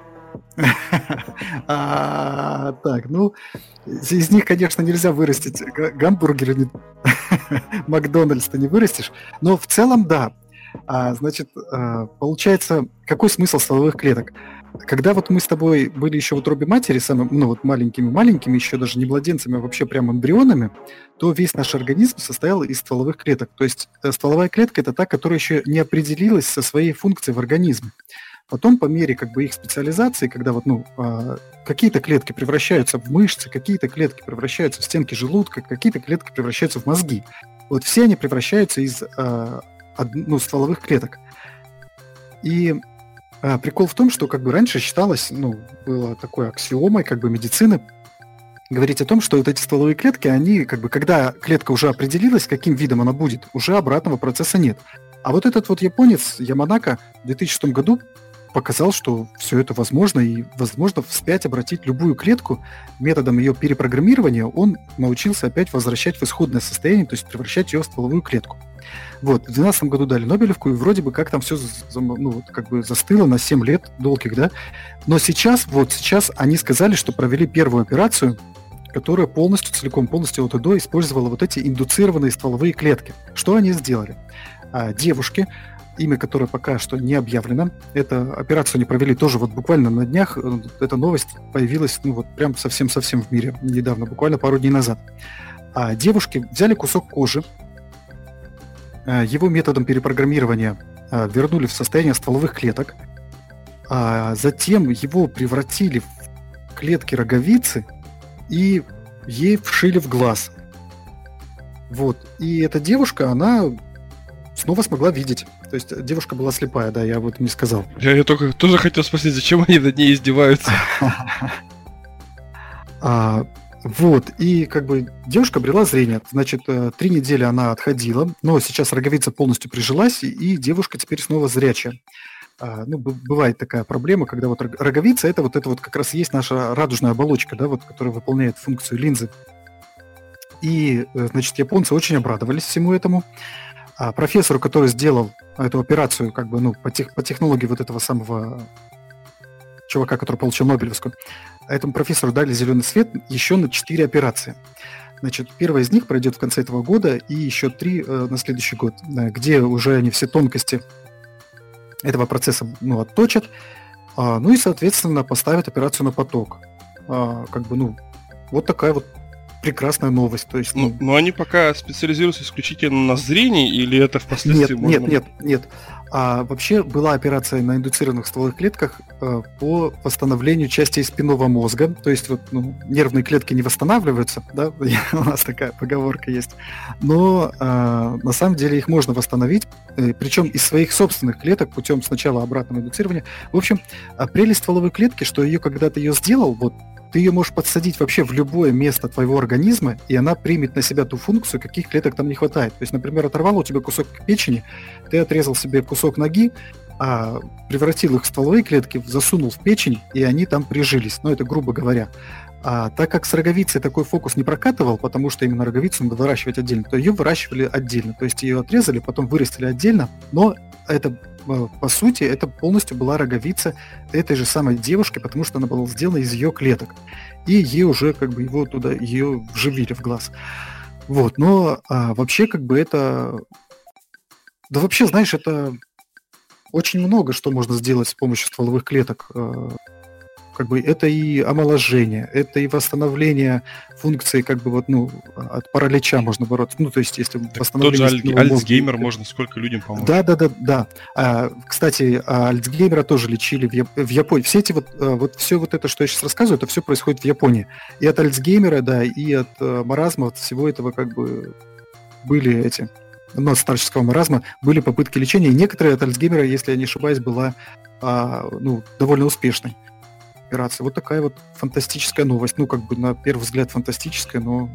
А, так, ну, из них, конечно, нельзя вырастить га- гамбургеры, не- Макдональдс ты не вырастешь, но в целом да. А, значит, а, получается, какой смысл стволовых клеток? Когда вот мы с тобой были еще в утробе матери, самыми, ну вот маленькими-маленькими, еще даже не младенцами, а вообще прям эмбрионами, то весь наш организм состоял из стволовых клеток. То есть э, стволовая клетка – это та, которая еще не определилась со своей функцией в организме. Потом, по мере как бы их специализации, когда вот, ну, а, какие-то клетки превращаются в мышцы, какие-то клетки превращаются в стенки желудка, какие-то клетки превращаются в мозги. Вот все они превращаются из а, од- ну, стволовых клеток. И а, прикол в том, что как бы раньше считалось, ну, было такой аксиомой как бы медицины, говорить о том, что вот эти стволовые клетки, они как бы, когда клетка уже определилась, каким видом она будет, уже обратного процесса нет. А вот этот вот японец Яманака в две тысячи шестом году показал, что все это возможно, и возможно вспять обратить любую клетку методом ее перепрограммирования. Он научился опять возвращать в исходное состояние, то есть превращать ее в стволовую клетку. Вот, в две тысячи двенадцатом году дали Нобелевку, и вроде бы как там все ну, вот, как бы застыло на семь лет долгих, да. Но сейчас, вот сейчас они сказали, что провели первую операцию, которая полностью, целиком, полностью от и до использовала вот эти индуцированные стволовые клетки. Что они сделали? А, девушки, имя которой пока что не объявлено. Эту операцию они провели тоже вот буквально на днях. Эта новость появилась, ну вот прям совсем-совсем в мире недавно, буквально пару дней назад. А девушки взяли кусок кожи, его методом перепрограммирования вернули в состояние стволовых клеток, а затем его превратили в клетки роговицы и ей вшили в глаз. Вот. И эта девушка, она снова смогла видеть. То есть девушка была слепая, да, я вот не сказал. Я, я только тоже хотел спросить, зачем они над ней издеваются? А, вот, и как бы девушка обрела зрение. Значит, три недели она отходила, но сейчас роговица полностью прижилась, и девушка теперь снова зрячая. А, ну, б- бывает такая проблема, когда вот рог- роговица, это вот это вот как раз и есть наша радужная оболочка, да, вот, которая выполняет функцию линзы. И, э, значит, японцы очень обрадовались всему этому. А профессору, который сделал эту операцию, как бы, ну, по, тех, по технологии вот этого самого чувака, который получил Нобелевскую, этому профессору дали зеленый свет еще на четыре операции. Значит, первая из них пройдет в конце этого года, и еще три э, на следующий год, э, где уже они все тонкости этого процесса, ну, отточат, а, ну и, соответственно, поставят операцию на поток. А, как бы, ну, вот такая вот прекрасная новость. То есть, Ну, но они пока специализируются исключительно на зрении, или это впоследствии Нет, можно... нет, нет, нет. А вообще была операция на индуцированных стволовых клетках э, по восстановлению частей спинного мозга. То есть вот, ну, нервные клетки не восстанавливаются, да, у нас такая поговорка есть. Но э, на самом деле их можно восстановить, э, причем из своих собственных клеток путем сначала обратного индуцирования. В общем, а прелесть стволовой клетки, что ее, когда ты ее сделал, вот ты ее можешь подсадить вообще в любое место твоего организма, и она примет на себя ту функцию, каких клеток там не хватает. То есть, например, оторвал у тебя кусок печени, ты отрезал себе кусок ноги, а превратил их в стволовые клетки, засунул в печень, и они там прижились. Ну, это грубо говоря. А так как с роговицей такой фокус не прокатывал, потому что именно роговицу надо выращивать отдельно, то ее выращивали отдельно. То есть ее отрезали, потом вырастили отдельно, но это, по сути, это полностью была роговица этой же самой девушки, потому что она была сделана из ее клеток. И ей уже как бы его туда, ее вживили в глаз. Вот, но а, вообще как бы это... Да вообще, знаешь, это очень много что можно сделать с помощью стволовых клеток. Как бы это и омоложение, это и восстановление функций, как бы вот, ну, от паралича можно бороться. Ну, то есть, если так восстановление... Тот же аль- Альцгеймер можно сколько людям помочь. Да, да, да, да. А, кстати, Альцгеймера тоже лечили в, Яп... в Японии. Все эти вот, вот, все вот это, что я сейчас рассказываю, это все происходит в Японии. И от Альцгеймера, да, и от uh, маразма, от всего этого как бы были эти... Но от старческого маразма были попытки лечения. И некоторые от Альцгеймера, если я не ошибаюсь, была а, ну, довольно успешной. Операция. Вот такая вот фантастическая новость. Ну, как бы на первый взгляд фантастическая, но...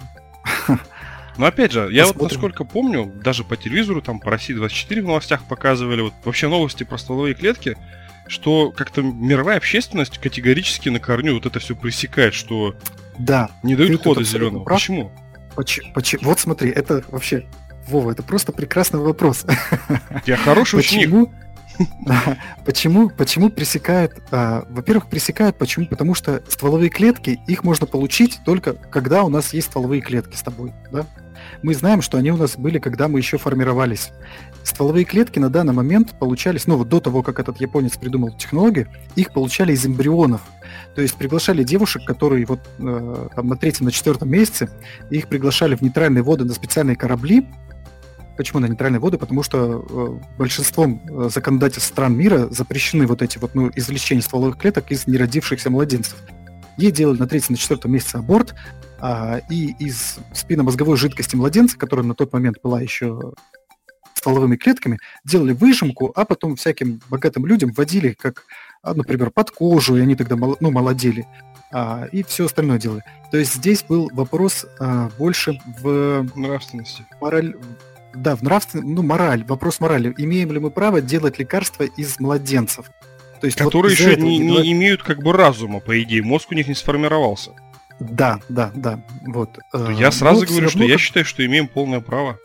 Но опять же, я вот насколько помню, даже по телевизору, там по России двадцать четыре в новостях показывали, вот вообще новости про стволовые клетки, что как-то мировая общественность категорически на корню вот это все пресекает, что да, не дают хода зеленого. Прав. Почему? Почему? Почему? Вот смотри, это вообще... Вова, это просто прекрасный вопрос. Я хороший ученик. Почему, почему пресекают? А, во-первых, пресекают, почему? Потому что стволовые клетки, их можно получить только когда у нас есть стволовые клетки с тобой, да? Мы знаем, что они у нас были, когда мы еще формировались. Стволовые клетки на данный момент получались, ну вот до того, как этот японец придумал технологию, их получали из эмбрионов. То есть приглашали девушек, которые вот э, там на третьем, на четвертом месяце, их приглашали в нейтральные воды на специальные корабли. Почему на нейтральные воды? Потому что э, большинством э, законодательств стран мира запрещены вот эти вот, ну, извлечения стволовых клеток из неродившихся младенцев. Ей делали на третьем, на четвертом месяце аборт, э, и из спинномозговой жидкости младенца, которая на тот момент была еще стволовыми клетками, делали выжимку, а потом всяким богатым людям вводили, как, например, под кожу, и они тогда ну, молодели, а, и все остальное делали. То есть здесь был вопрос а, больше в... нравственности. Мораль... Да, в нравственности, ну, мораль, вопрос морали. Имеем ли мы право делать лекарства из младенцев? То есть, которые вот еще не, не имеют как бы разума, по идее, мозг у них не сформировался. Да, да, да, вот. Я сразу Но говорю, что равно... я считаю, что имеем полное право.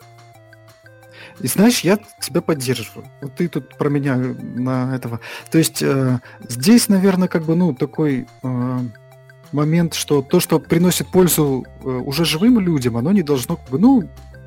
И знаешь, я тебя поддерживаю. Вот ты тут про меня на этого. То есть э, здесь, наверное, как бы, ну, такой э, момент, что то, что приносит пользу э, уже живым людям, оно не должно, как бы, ну...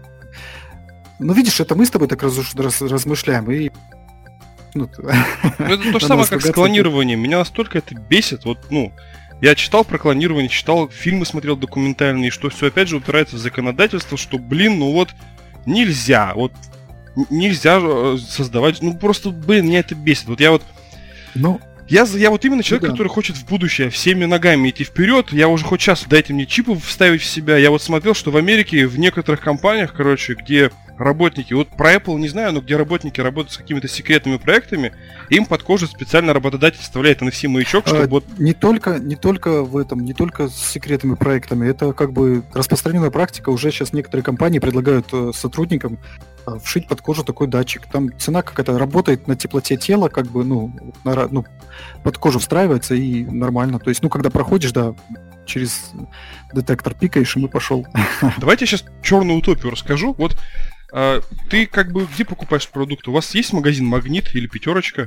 Ну, видишь, это мы с тобой так раз, раз, размышляем, и... Ну, это то же самое, как с клонированием. Меня настолько это бесит, вот, ну... Я читал про клонирование, читал фильмы, смотрел документальные, что все опять же упирается в законодательство, что, блин, ну вот, нельзя, вот, нельзя создавать, ну просто, блин, меня это бесит. Вот я вот... Ну... Я, я вот именно человек, ну, да. который хочет в будущее всеми ногами идти вперед. Я уже хоть сейчас дайте мне чипы вставить в себя. Я вот смотрел, что в Америке в некоторых компаниях, короче, где работники, вот про Apple не знаю, но где работники работают с какими-то секретными проектами, им под кожу специально работодатель вставляет эн эф си-маячок, чтобы а, вот... Не только, не только в этом, не только с секретными проектами. Это как бы распространенная практика. Уже сейчас некоторые компании предлагают сотрудникам вшить под кожу такой датчик. Там цена какая-то работает на теплоте тела, как бы, ну, на, ну, под кожу встраивается и нормально. То есть, ну, когда проходишь, да, через детектор пикаешь, и мы пошел. Давайте я сейчас черную утопию расскажу. Вот а, ты как бы где покупаешь продукты? У вас есть магазин Магнит или Пятерочка?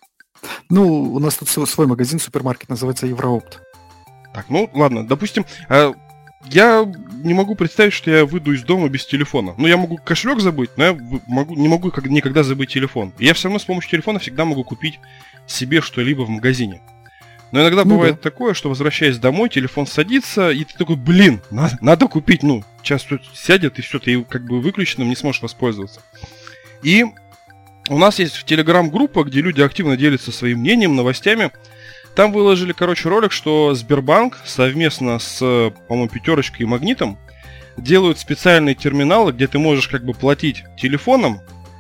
Ну, у нас тут свой магазин, супермаркет, называется Евроопт. Так, ну, ладно, допустим... А... Я не могу представить, что я выйду из дома без телефона. Ну, я могу кошелек забыть, но я могу, не могу никогда забыть телефон. И я все равно с помощью телефона всегда могу купить себе что-либо в магазине. Но иногда ну бывает да. такое, что, возвращаясь домой, телефон садится, и ты такой, блин, надо, надо купить. Ну, сейчас тут сядет, и все, ты как бы выключенным не сможешь воспользоваться. И у нас есть в Telegram группа, где люди активно делятся своим мнением, новостями. Там выложили, короче, ролик, что Сбербанк совместно с, по-моему, Пятерочкой и Магнитом делают специальные терминалы, где ты можешь как бы платить телефоном,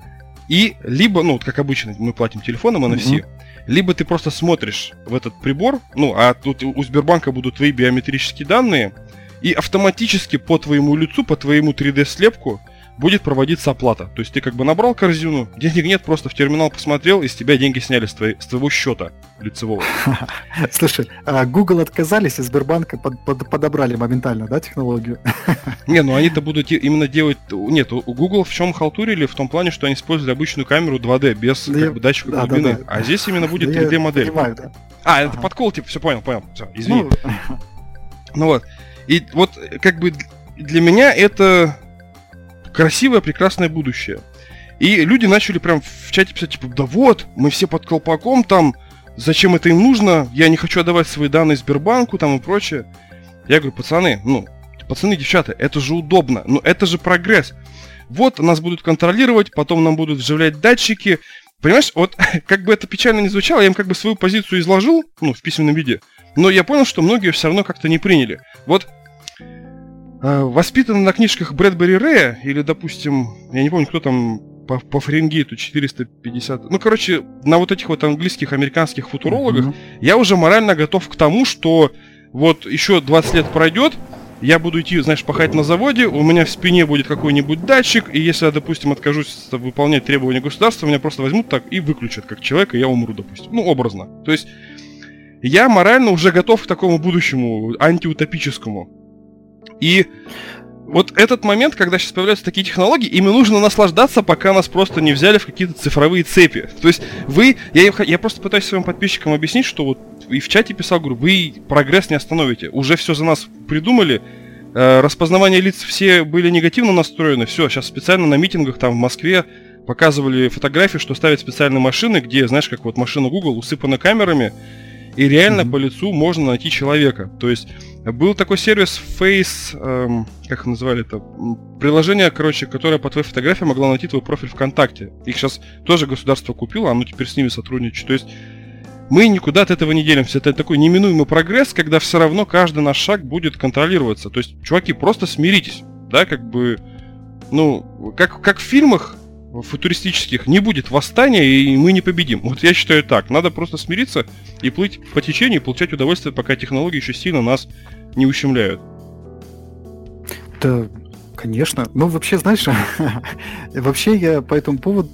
и либо, ну, как обычно, мы платим телефоном эн эф си, mm-hmm. либо ты просто смотришь в этот прибор, ну, а тут у Сбербанка будут твои биометрические данные, и автоматически по твоему лицу, по твоему три дэ-слепку будет проводиться оплата. То есть ты как бы набрал корзину, денег нет, просто в терминал посмотрел, и с тебя деньги сняли с, твоей, с твоего счета лицевого. Слушай, а Google отказались, и Сбербанка под, под, подобрали моментально, да, технологию? Не, ну они-то будут именно делать... Нет, у Google в чем халтурили? В том плане, что они используют обычную камеру два дэ без да как я... бы, датчика да, глубины. Да, да. А здесь именно будет да три дэ-модель. Понимаю, да. А, ага. Это подкол, типа, все понял, понял. Все, извини. Ну... ну вот. И вот, как бы, для меня это красивое, прекрасное будущее. И люди начали прям в чате писать, типа, да вот, мы все под колпаком, там, зачем это им нужно, я не хочу отдавать свои данные Сбербанку, там, и прочее. Я говорю, пацаны, ну, пацаны, девчата, это же удобно, ну, это же прогресс. Вот, нас будут контролировать, потом нам будут вживлять датчики. Понимаешь, вот, как бы это печально не звучало, я им как бы свою позицию изложил, ну, в письменном виде, но я понял, что многие все равно как-то не приняли. Вот, э, воспитанный на книжках Брэдбери Рэя, или, допустим, я не помню, кто там по, по Фаренгейту четыреста пятьдесят, ну, короче, на вот этих вот английских, американских футурологах, mm-hmm. я уже морально готов к тому, что вот еще двадцать лет пройдет, я буду идти, знаешь, пахать на заводе, у меня в спине будет какой-нибудь датчик, и если я, допустим, откажусь выполнять требования государства, меня просто возьмут так и выключат, как человека, и я умру, допустим. Ну, образно. То есть, я морально уже готов к такому будущему, антиутопическому. И вот этот момент, когда сейчас появляются такие технологии, ими нужно наслаждаться, пока нас просто не взяли в какие-то цифровые цепи. То есть, вы, я, я просто пытаюсь своим подписчикам объяснить, что вот и в чате писал, говорю, вы прогресс не остановите. Уже все за нас придумали. Э, распознавание лиц все были негативно настроены. Все, сейчас специально на митингах там в Москве показывали фотографии, что ставят специальные машины, где, знаешь, как вот машина Google усыпана камерами, и реально mm-hmm. по лицу можно найти человека. То есть был такой сервис Face, эм, как называли это, приложение, короче, которое по твоей фотографии могло найти твой профиль ВКонтакте. Их сейчас тоже государство купило, оно теперь с ними сотрудничает. То есть мы никуда от этого не делимся. Это такой неминуемый прогресс, когда все равно каждый наш шаг будет контролироваться. То есть, чуваки, просто смиритесь. Да, как бы, ну, как, как в фильмах футуристических не будет восстания, и мы не победим. Вот я считаю так. Надо просто смириться и плыть по течению, и получать удовольствие, пока технологии еще сильно нас не ущемляют. Да, конечно. Ну, вообще, знаешь, вообще я по этому поводу,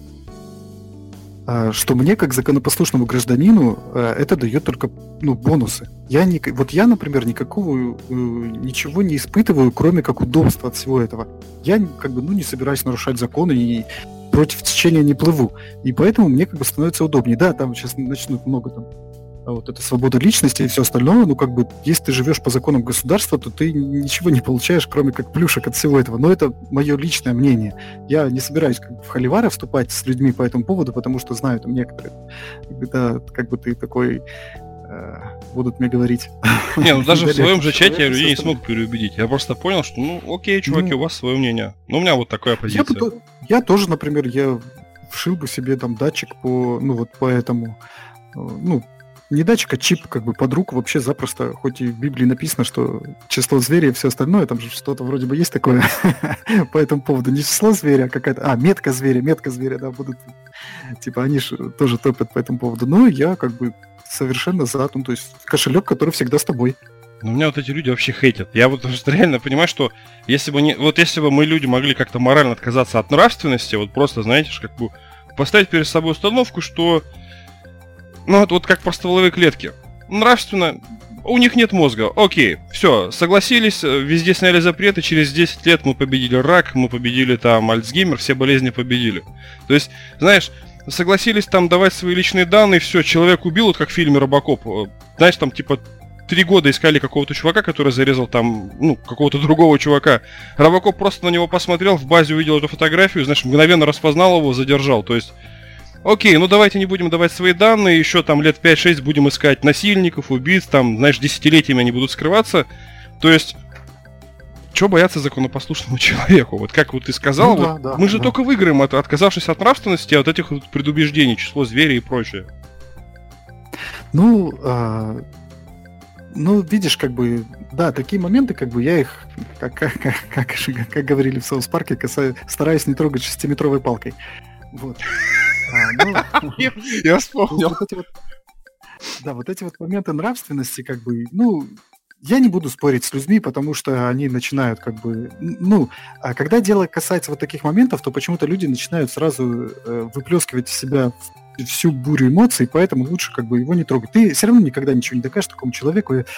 что мне, как законопослушному гражданину, это дает только, ну, бонусы. Я не, вот я, например, никакого ничего не испытываю, кроме как удобства от всего этого. Я как бы, ну, не собираюсь нарушать законы и против течения не плыву. И поэтому мне как бы становится удобнее. Да, там сейчас начнут много там вот эта свобода личности и все остальное, ну, как бы, если ты живешь по законам государства, то ты ничего не получаешь, кроме как плюшек от всего этого. Но это мое личное мнение. Я не собираюсь как бы в холивары вступать с людьми по этому поводу, потому что знаю там некоторые, когда как бы ты такой э, будут мне говорить. Не, ну даже в своем же чате я людей не смог переубедить. Я просто понял, что, ну, окей, чуваки, у вас свое мнение. Но у меня вот такая позиция. Я тоже, например, я вшил бы себе там датчик по, ну, вот по этому, ну, не датчик, а чип, как бы, под руку вообще запросто, хоть и в Библии написано, что число зверя и все остальное, там же что-то вроде бы есть такое по этому поводу. Не число зверя, а какая-то... А, метка зверя, метка зверя, да, будут... Типа, они же тоже топят по этому поводу. Но я, как бы, совершенно за, ну, то есть кошелек, который всегда с тобой. Ну, меня вот эти люди вообще хейтят. Я вот реально понимаю, что если бы не... Вот если бы мы, люди, могли как-то морально отказаться от нравственности, вот просто, знаете, как бы поставить перед собой установку, что... Ну, вот, вот как про стволовые клетки. Нравственно, у них нет мозга. Окей, все, согласились, везде сняли запреты, через десять лет мы победили рак, мы победили там Альцгеймер, все болезни победили. То есть, знаешь, согласились там давать свои личные данные, все, человек убил, вот как в фильме Робокоп. Знаешь, там типа три года искали какого-то чувака, который зарезал там, ну, какого-то другого чувака. Робокоп просто на него посмотрел, в базе увидел эту фотографию, знаешь, мгновенно распознал его, задержал. То есть... Окей, ну давайте не будем давать свои данные, еще там лет пять-шесть будем искать насильников, убийц, там, знаешь, десятилетиями они будут скрываться. То есть, чего бояться законопослушному человеку? Вот как вот ты сказал, ну, вот, да, мы да, же да. только выиграем, от, отказавшись от нравственности, от этих вот предубеждений, число зверя и прочее. Ну, а... ну, видишь, как бы, да, такие моменты, как бы, я их, как, как, как, как, как говорили в Саус Парке, касаюсь, стараюсь не трогать шестиметровой палкой. Вот. А, ну, я вспомнил. Вот, вот эти вот, да, вот эти вот моменты нравственности, как бы, ну, я не буду спорить с людьми, потому что они начинают как бы... Ну, а когда дело касается вот таких моментов, то почему-то люди начинают сразу э, выплескивать из себя всю бурю эмоций, поэтому лучше как бы его не трогать. Ты все равно никогда ничего не докажешь такому человеку, и,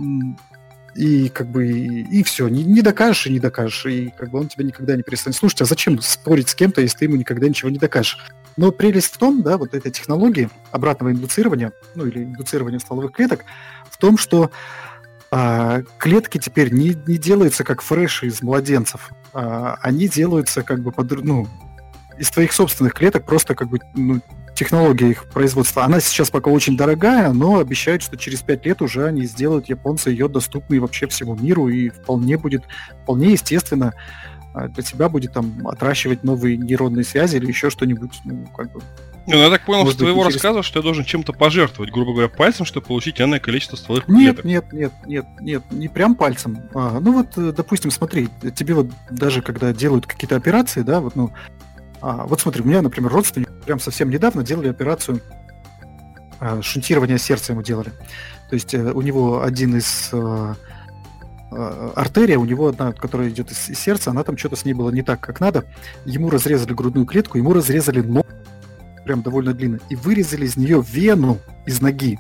и как бы и, и все, не, не докажешь и не докажешь, и как бы он тебя никогда не перестанет слушать. А зачем спорить с кем-то, если ты ему никогда ничего не докажешь? Но прелесть в том, да, вот этой технологии обратного индуцирования, ну или индуцирования стволовых клеток, в том, что а, клетки теперь не, не делаются как фреши из младенцев, а, они делаются как бы под, ну, из твоих собственных клеток, просто как бы ну, технология их производства. Она сейчас пока очень дорогая, но обещают, что через пять лет уже они сделают, японцы, ее доступной вообще всему миру, и вполне будет, вполне естественно, для тебя будет там отращивать новые нейронные связи или еще что-нибудь, ну, как бы... Ну, я так понял, Может с твоего быть, рассказа, что я должен чем-то пожертвовать, грубо говоря, пальцем, чтобы получить энное количество стволовых Нет, клеток. нет, нет, нет, нет, не прям пальцем. А, ну вот, э, допустим, смотри, тебе вот даже когда делают какие-то операции, да, вот, ну, а, вот смотри, у меня, например, родственник прям совсем недавно делали операцию а, шунтирования сердца ему делали. То есть э, у него один из... А, артерия, у него одна, которая идет из, из сердца, она там что-то с ней было не так, как надо. Ему разрезали грудную клетку, ему разрезали ногу, прям довольно длинно, и вырезали из нее вену из ноги.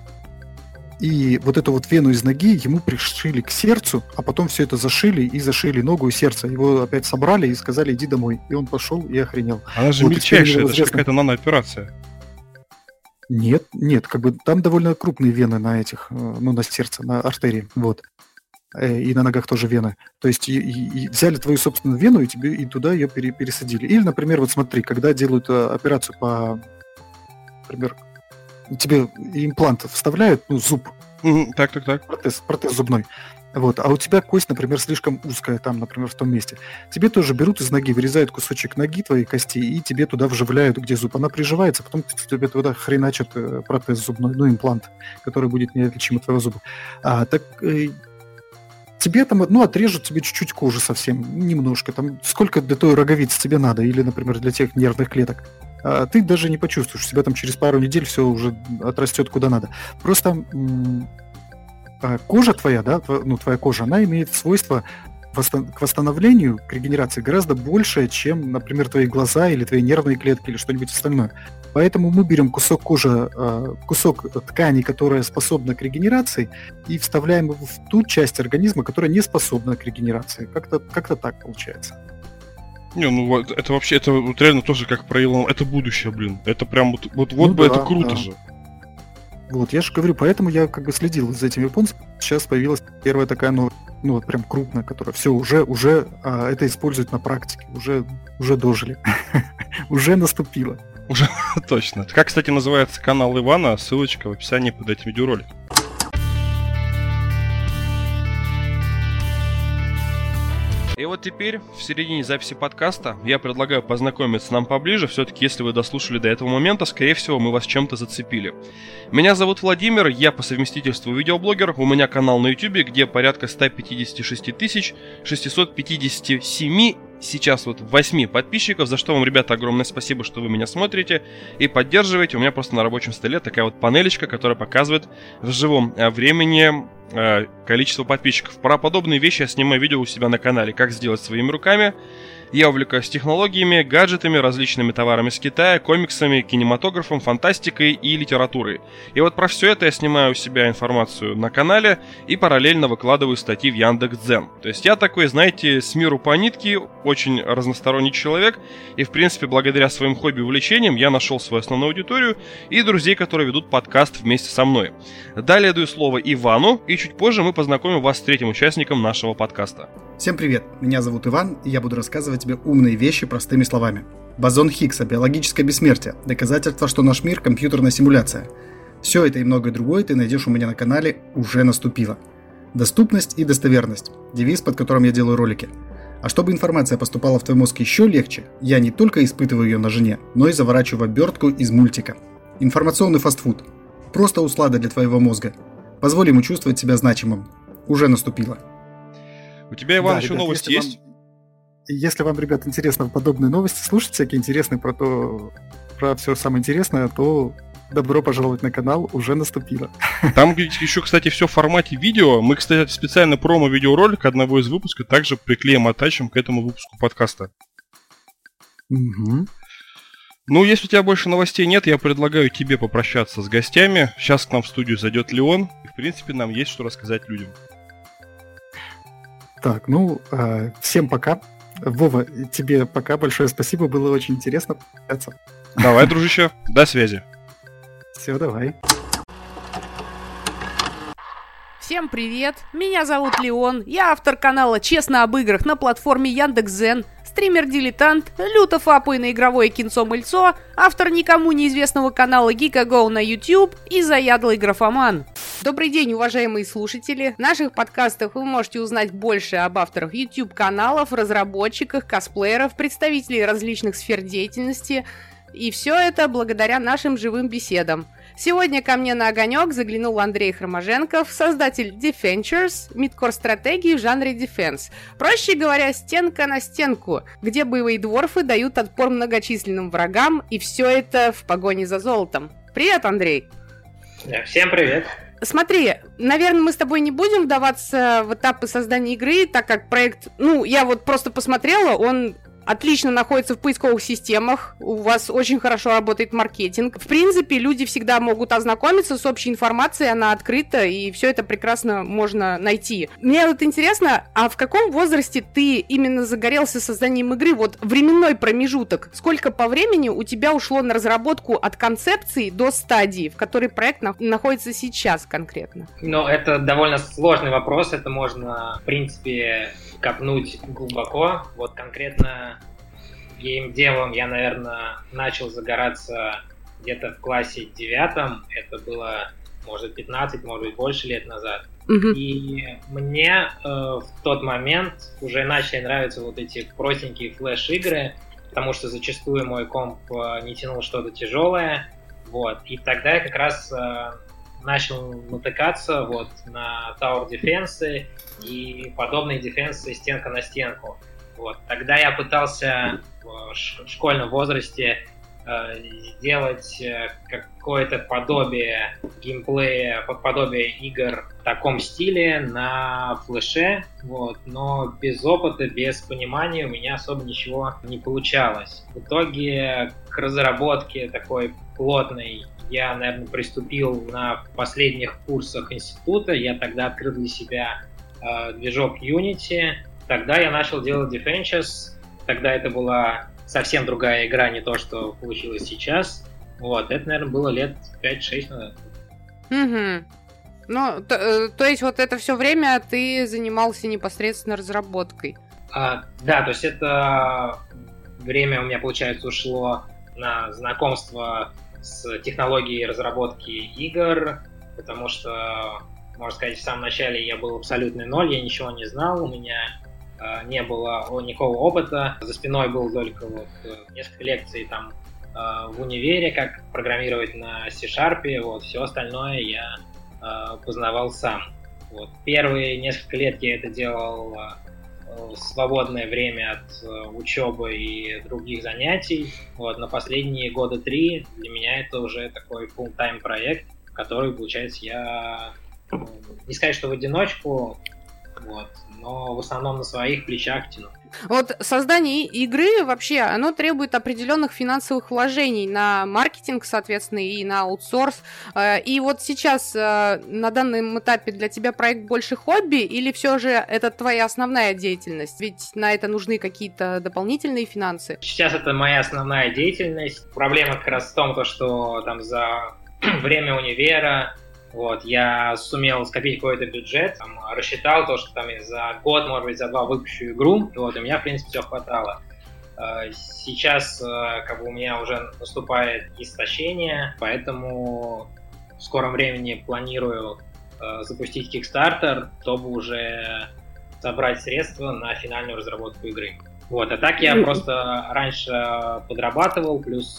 И вот эту вот вену из ноги ему пришили к сердцу, а потом все это зашили и зашили ногу и сердце. Его опять собрали и сказали, иди домой. И он пошел и охренел. Она же вот, мельчайшая, это же разрезаны... какая-то нанооперация. Нет, нет, как бы там довольно крупные вены на этих, ну, на сердце, на артерии, вот. И на ногах тоже вены. То есть и, и, и взяли твою собственную вену и тебе и туда ее пере, пересадили. Или, например, вот смотри, когда делают а, операцию по, например, тебе имплант вставляют, ну, зуб. Mm-hmm. Так, так, так. Протез, протез зубной. Вот, а у тебя кость, например, слишком узкая там, например, в том месте. Тебе тоже берут из ноги, вырезают кусочек ноги твоей кости и тебе туда вживляют, где зуб. Она приживается, потом тебе туда хреначат протез зубной, ну, имплант, который будет неотличим от твоего зуба. А, так... Тебе там, ну, отрежут тебе чуть-чуть кожи совсем, немножко, там, сколько для той роговицы тебе надо, или, например, для тех нервных клеток. А ты даже не почувствуешь, себя там через пару недель все уже отрастет куда надо. Просто м- кожа твоя, да, тво, ну, твоя кожа, она имеет свойство восстан- к восстановлению, к регенерации гораздо больше, чем, например, твои глаза или твои нервные клетки или что-нибудь остальное. Поэтому мы берем кусок кожи, кусок ткани, которая способна к регенерации, и вставляем его в ту часть организма, которая не способна к регенерации. Как-то, как-то так получается. Не, ну это вообще, это вот реально тоже как про Илон, это будущее, блин. Это прям вот, вот, вот ну, бы да, это круто да. же. Вот, я же говорю, поэтому я как бы следил за этими японцами. Сейчас появилась первая такая новость, ну вот прям крупная, которая все уже, уже а, это используют на практике, уже, уже дожили, уже наступило. Уже точно. Как, кстати, называется канал Ивана, ссылочка в описании под этим видеороликом. И вот теперь, в середине записи подкаста, я предлагаю познакомиться нам поближе. Все-таки, если вы дослушали до этого момента, скорее всего, мы вас чем-то зацепили. Меня зовут Владимир, я по совместительству видеоблогер. У меня канал на YouTube, где порядка сто пятьдесят шесть тысяч шестьсот пятьдесят семь сейчас вот восемь подписчиков, за что вам, ребята, огромное спасибо, что вы меня смотрите и поддерживаете. У меня просто на рабочем столе такая вот панелечка, которая показывает в живом времени э, количество подписчиков. Про подобные вещи я снимаю видео у себя на канале, как сделать своими руками. Я увлекаюсь технологиями, гаджетами, различными товарами с Китая, комиксами, кинематографом, фантастикой и литературой. И вот про все это я снимаю у себя информацию на канале и параллельно выкладываю статьи в Яндекс.Дзен. То есть я такой, знаете, с миру по нитке, очень разносторонний человек. И, в принципе, благодаря своим хобби и увлечениям я нашел свою основную аудиторию и друзей, которые ведут подкаст вместе со мной. Далее даю слово Ивану, и чуть позже мы познакомим вас с третьим участником нашего подкаста. Всем привет, меня зовут Иван, и я буду рассказывать тебе умные вещи простыми словами. Бозон Хиггса, биологическое бессмертие, доказательство, что наш мир – компьютерная симуляция. Все это и многое другое ты найдешь у меня на канале «Уже наступило». Доступность и достоверность – девиз, под которым я делаю ролики. А чтобы информация поступала в твой мозг еще легче, я не только испытываю ее на жене, но и заворачиваю в обертку из мультика. Информационный фастфуд. Просто услада для твоего мозга. Позволь ему чувствовать себя значимым. Уже наступило. У тебя, Иван, да, еще ребят, новости если есть? Вам, если вам, ребят, интересно подобные новости, слушать всякие интересные про то, про все самое интересное, то добро пожаловать на канал уже наступило. Там еще, кстати, все в формате видео. Мы, кстати, специально промо-видеоролик одного из выпусков также приклеим, оттачим к этому выпуску подкаста. Угу. Ну, если у тебя больше новостей нет, я предлагаю тебе попрощаться с гостями. Сейчас к нам в студию зайдет Леон. И, в принципе, нам есть что рассказать людям. Так, ну, э, всем пока. Вова, тебе пока, большое спасибо, было очень интересно пообщаться. Давай, дружище, до связи. Все, давай. Всем привет, меня зовут Леон, я автор канала «Честно об играх» на платформе Яндекс.Дзен, стример-дилетант, люто фапаю на игровое кинцо-мыльцо, автор никому неизвестного канала Geek-A-Go на YouTube и заядлый графоман. Добрый день, уважаемые слушатели! В наших подкастах вы можете узнать больше об авторах YouTube-каналов, разработчиках, косплееров, представителей различных сфер деятельности. И все это благодаря нашим живым беседам. Сегодня ко мне на огонек заглянул Андрей Хроможенков, создатель Defenders, мидкор-стратегии в жанре Defense. Проще говоря, стенка на стенку, где боевые дворфы дают отпор многочисленным врагам, и все это в погоне за золотом. Привет, Андрей! Всем привет! Смотри, наверное, мы с тобой не будем вдаваться в этапы создания игры, так как проект, ну, я вот просто посмотрела, он отлично находится в поисковых системах, у вас очень хорошо работает маркетинг. В принципе, люди всегда могут ознакомиться с общей информацией, она открыта, и все это прекрасно можно найти. Мне вот интересно, а в каком возрасте ты именно загорелся созданием игры? Вот временной промежуток. Сколько по времени у тебя ушло на разработку от концепции до стадии, в которой проект на- находится сейчас конкретно? Ну, это довольно сложный вопрос, это можно, в принципе, копнуть глубоко. Вот конкретно геймдевом я, наверное, начал загораться где-то в классе девятом. Это было, может, пятнадцать, может быть, больше лет назад. Угу. И мне э, в тот момент уже начали нравиться вот эти простенькие флеш-игры, потому что зачастую мой комп э, не тянул что-то тяжелое. Вот. И тогда я как раз э, начал натыкаться вот на Tower Defense и подобные дефенсы стенка на стенку. Вот. Тогда я пытался в школьном возрасте э, сделать какое-то подобие геймплея, подобие игр в таком стиле на флеше, вот. Но без опыта, без понимания у меня особо ничего не получалось. В итоге к разработке такой плотной я, наверное, приступил на последних курсах института. Я тогда открыл для себя э, движок Unity. Тогда я начал делать Defenders. Тогда это была совсем другая игра, не то, что получилось сейчас. Вот, это, наверное, было лет пять-шесть назад. Угу. Ну, то, то есть вот это все время ты занимался непосредственно разработкой? А, да, то есть это время у меня, получается, ушло на знакомство с технологией разработки игр, потому что, можно сказать, в самом начале я был абсолютный ноль, я ничего не знал, у меня э, не было никакого опыта, за спиной было только вот несколько лекций там э, в универе, как программировать на C-Sharp, вот, все остальное я э, познавал сам. Вот. Первые несколько лет я это делал э, в свободное время от э, учебы и других занятий. Вот. На последние года три для меня это уже такой full-time проект, который, получается, я ну, не сказать, что в одиночку, вот, но в основном на своих плечах тяну. Вот создание игры вообще, оно требует определенных финансовых вложений на маркетинг, соответственно, и на аутсорс. И вот сейчас на данном этапе для тебя проект больше хобби или все же это твоя основная деятельность? Ведь на это нужны какие-то дополнительные финансы. Сейчас это моя основная деятельность. Проблема как раз в том, то, что там за время универа вот, я сумел скопить какой-то бюджет, там, рассчитал то, что там за год, может быть, за два выпущу игру, и вот, и у меня, в принципе, все хватало. Сейчас как бы у меня уже наступает истощение, поэтому в скором времени планирую запустить Kickstarter, чтобы уже собрать средства на финальную разработку игры. Вот, а так я mm-hmm. просто раньше подрабатывал, плюс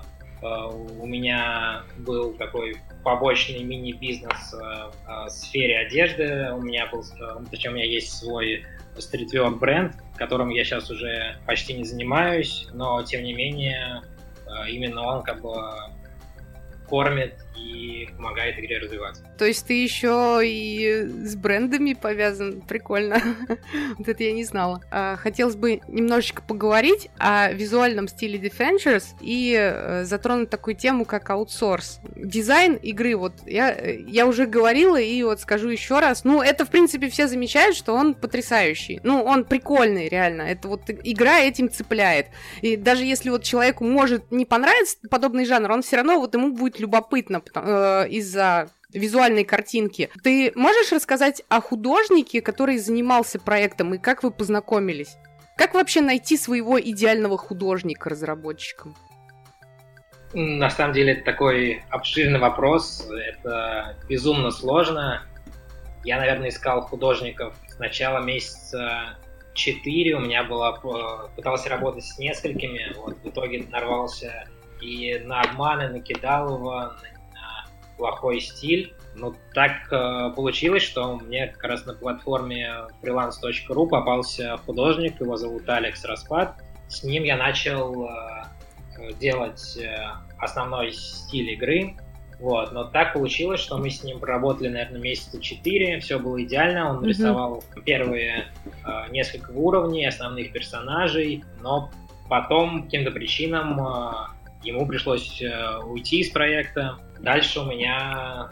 у меня был такой побочный мини-бизнес в сфере одежды. У меня был, причем у меня есть свой стритвер бренд, которым я сейчас уже почти не занимаюсь, но тем не менее именно он как бы кормит и помогает игре развиваться. То есть ты еще и с брендами повязан? Прикольно. Вот это я не знала. Хотелось бы немножечко поговорить о визуальном стиле Defenders и затронуть такую тему, как аутсорс. Дизайн игры, вот я, я уже говорила и вот скажу еще раз. Ну, это, в принципе, все замечают, что он потрясающий. Ну, он прикольный, реально. Это вот игра этим цепляет. И даже если вот человеку может не понравиться подобный жанр, он все равно вот ему будет любопытно э, из-за визуальной картинки. Ты можешь рассказать о художнике, который занимался проектом, и как вы познакомились? Как вообще найти своего идеального художника разработчикам? На самом деле это такой обширный вопрос. Это безумно сложно. Я, наверное, искал художников с начала месяца четыре. У меня было... Пытался работать с несколькими. Вот, в итоге нарвался и на обманы, на кидалово, на плохой стиль. Ну, так э, получилось, что мне как раз на платформе фриланс точка ру попался художник, его зовут Алекс Распад. С ним я начал э, делать э, основной стиль игры. Вот. Но так получилось, что мы с ним проработали, наверное, месяца четыре, все было идеально, он нарисовал mm-hmm. первые э, несколько уровней, основных персонажей, но потом по каким-то причинам э, ему пришлось э, уйти из проекта. Дальше у меня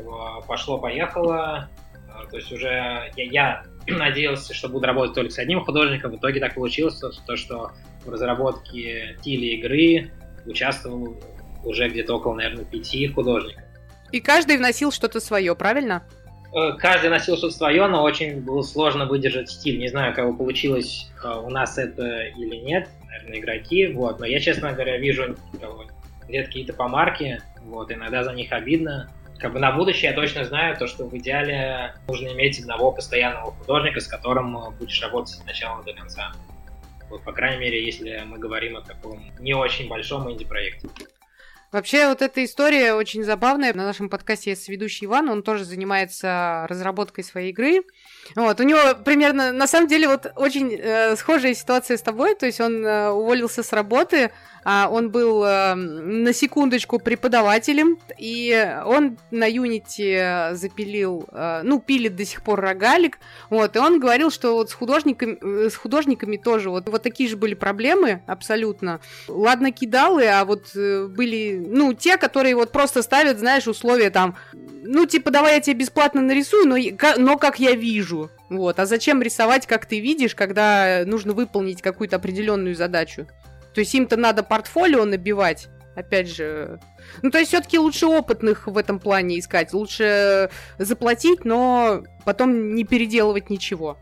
пошло-поехало, то есть уже я, я надеялся, что буду работать только с одним художником, в итоге так получилось, то, что в разработке стиля игры участвовал уже где-то около, наверное, пяти художников. И каждый вносил что-то свое, правильно? Каждый вносил что-то свое, но очень было сложно выдержать стиль. Не знаю, как получилось у нас это или нет, наверное, игроки, вот, но я, честно говоря, вижу где-то какие-то помарки, вот, иногда за них обидно. Как бы на будущее я точно знаю, то, что в идеале нужно иметь одного постоянного художника, с которым будешь работать от начала до конца. Вот, по крайней мере, если мы говорим о таком не очень большом инди-проекте. Вообще, вот эта история очень забавная. На нашем подкасте есть ведущий Иван, он тоже занимается разработкой своей игры. Вот, у него примерно, на самом деле, вот очень э, схожая ситуация с тобой, то есть он э, уволился с работы, а он был э, на секундочку преподавателем, и он на Unity запилил, э, ну, пилит до сих пор рогалик, вот, и он говорил, что вот с художниками, с художниками тоже вот, вот такие же были проблемы, абсолютно. Ладно, кидалы, а вот э, были, ну, те, которые вот просто ставят, знаешь, условия там, ну, типа, давай я тебе бесплатно нарисую, но, но как я вижу. Вот. А зачем рисовать, как ты видишь, когда нужно выполнить какую-то определенную задачу? То есть им-то надо портфолио набивать, опять же. Ну, то есть все-таки лучше опытных в этом плане искать. Лучше заплатить, но потом не переделывать ничего.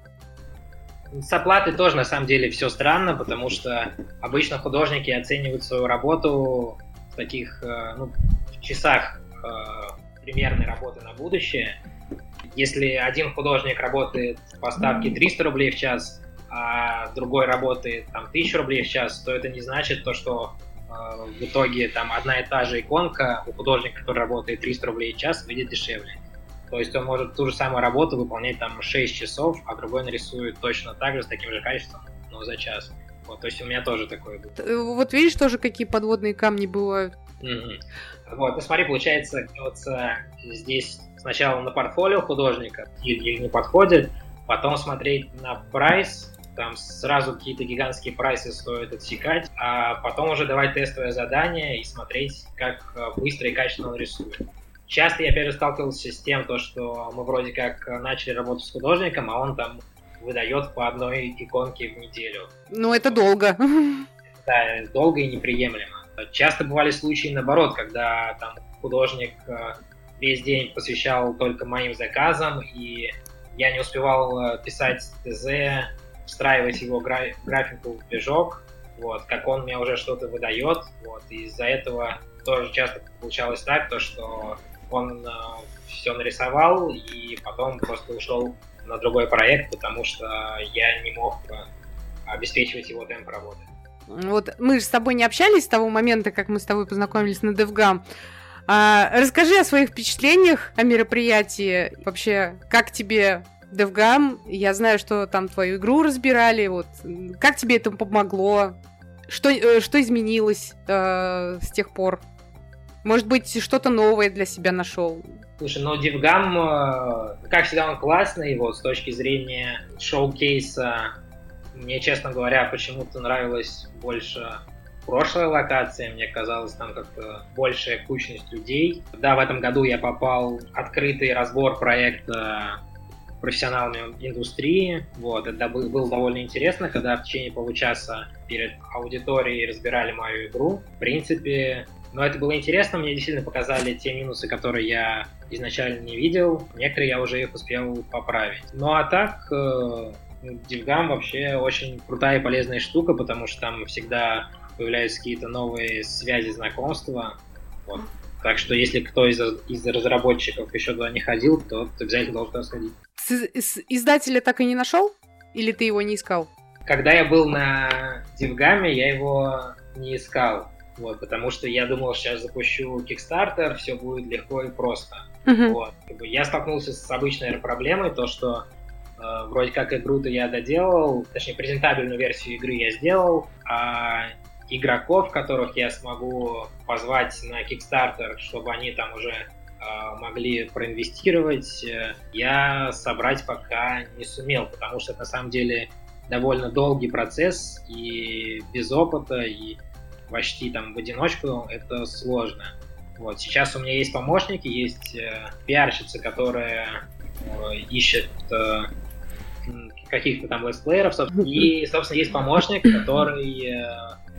С оплатой тоже, на самом деле, все странно, потому что обычно художники оценивают свою работу в таких, ну, в часах примерной работы на будущее. Если один художник работает по ставке триста рублей в час, а другой работает там тысячу рублей в час, то это не значит то, что э, в итоге там одна и та же иконка у художника, который работает триста рублей в час, выйдет дешевле. То есть он может ту же самую работу выполнять там шесть часов, а другой нарисует точно так же, с таким же качеством, но за час. Вот, то есть у меня тоже такое было. Вот видишь тоже, какие подводные камни бывают. Mm-hmm. Вот, ну смотри, получается, вот здесь сначала на портфолио художника или не подходит, потом смотреть на прайс, там сразу какие-то гигантские прайсы стоит отсекать, а потом уже давать тестовое задание и смотреть, как быстро и качественно он рисует. Часто я, опять же, сталкивался с тем, то, что мы вроде как начали работать с художником, а он там выдает по одной иконке в неделю. Ну, это долго. Да, долго и неприемлемо. Часто бывали случаи наоборот, когда там художник весь день посвящал только моим заказам, и я не успевал писать ТЗ, встраивать его гра- графику в движок, вот, как он мне уже что-то выдает, вот, и из-за этого тоже часто получалось так, то, что он э, все нарисовал и потом просто ушел на другой проект, потому что я не мог обеспечивать его темп работы. Вот мы же с тобой не общались с того момента, как мы с тобой познакомились на DevGam. А, расскажи о своих впечатлениях о мероприятии. Вообще, как тебе DevGam? Я знаю, что там твою игру разбирали. Вот. Как тебе это помогло? Что, что изменилось э, с тех пор? Может быть, что-то новое для себя нашел? Слушай, ну DivGam, как всегда, он классный, вот, с точки зрения шоу-кейса. Мне, честно говоря, почему-то нравилась больше прошлая локация, мне казалось, там как-то большая кучность людей. Да, в этом году я попал в открытый разбор проекта профессионалами индустрии. Вот, это было довольно интересно, когда в течение получаса перед аудиторией разбирали мою игру. В принципе, но это было интересно, мне действительно показали те минусы, которые я изначально не видел. Некоторые я уже их успел поправить. Ну а так, DivGam вообще очень крутая и полезная штука, потому что там всегда появляются какие-то новые связи, знакомства. Вот. Так что если кто из, из разработчиков еще туда не ходил, то ты обязательно должен туда сходить. С, с, издателя так и не нашел? Или ты его не искал? Когда я был на DivGam, я его не искал. Вот, потому что я думал, сейчас запущу Kickstarter, все будет легко и просто. Uh-huh. Вот. Я столкнулся с обычной проблемой, то что э, вроде как игру-то я доделал, точнее презентабельную версию игры я сделал, а игроков, которых я смогу позвать на Kickstarter, чтобы они там уже э, могли проинвестировать, э, я собрать пока не сумел, потому что это на самом деле довольно долгий процесс, и без опыта, и почти там в одиночку это сложно. Вот. Сейчас у меня есть помощники, есть э, пиарщица, которая э, ищет э, каких-то там летсплееров, собственно, и, собственно, есть помощник, который э,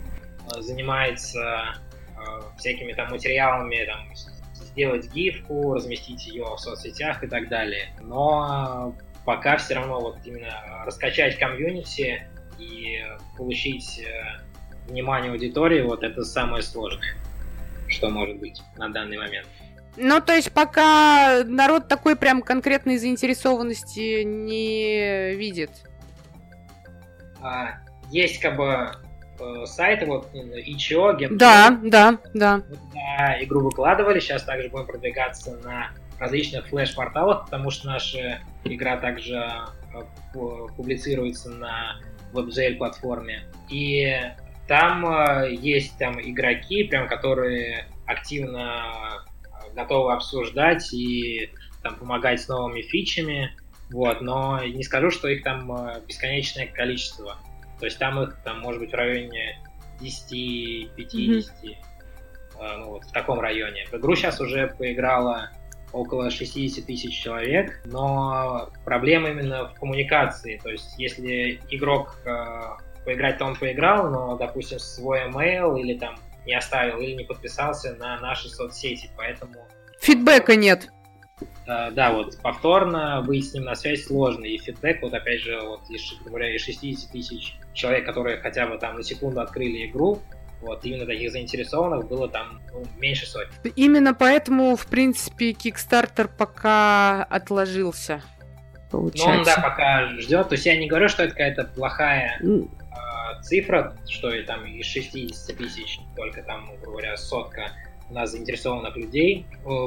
занимается э, всякими там материалами, там, сделать гифку, разместить ее в соцсетях и так далее. Но пока все равно вот именно раскачать комьюнити и получить э, внимание аудитории, вот это самое сложное, что может быть на данный момент. Ну, то есть пока народ такой прям конкретной заинтересованности не видит? А, есть как бы э, сайты, вот ич о, Game Да, да, да. Да, игру выкладывали, сейчас также будем продвигаться на различных флеш-порталах, потому что наша игра также э, публицируется на WebGL платформе. И там э, есть там игроки, прям, которые активно э, готовы обсуждать и там, помогать с новыми фичами, вот, но не скажу, что их там э, бесконечное количество. То есть там их, там, может быть, в районе десять-пятьдесят, mm-hmm. э, ну, вот, в таком районе. В игру сейчас уже поиграло около шестьдесят тысяч человек, но проблема именно в коммуникации. То есть если игрок э, поиграть, то он поиграл, но, допустим, свой email или там не оставил, или не подписался на наши соцсети, поэтому... Фидбэка нет. Э, да, вот повторно выйти с ним на связь сложно, и фидбэк, вот опять же, вот, из, говоря, из шестьдесят тысяч человек, которые хотя бы там на секунду открыли игру, вот, именно таких заинтересованных было там ну, меньше сотни. Именно поэтому, в принципе, Kickstarter пока отложился, получается. Ну, он, да, пока ждет, то есть я не говорю, что это какая-то плохая... Mm. цифра, что и там из шестьдесят тысяч, только там, грубо говоря, сотка у нас заинтересованных людей.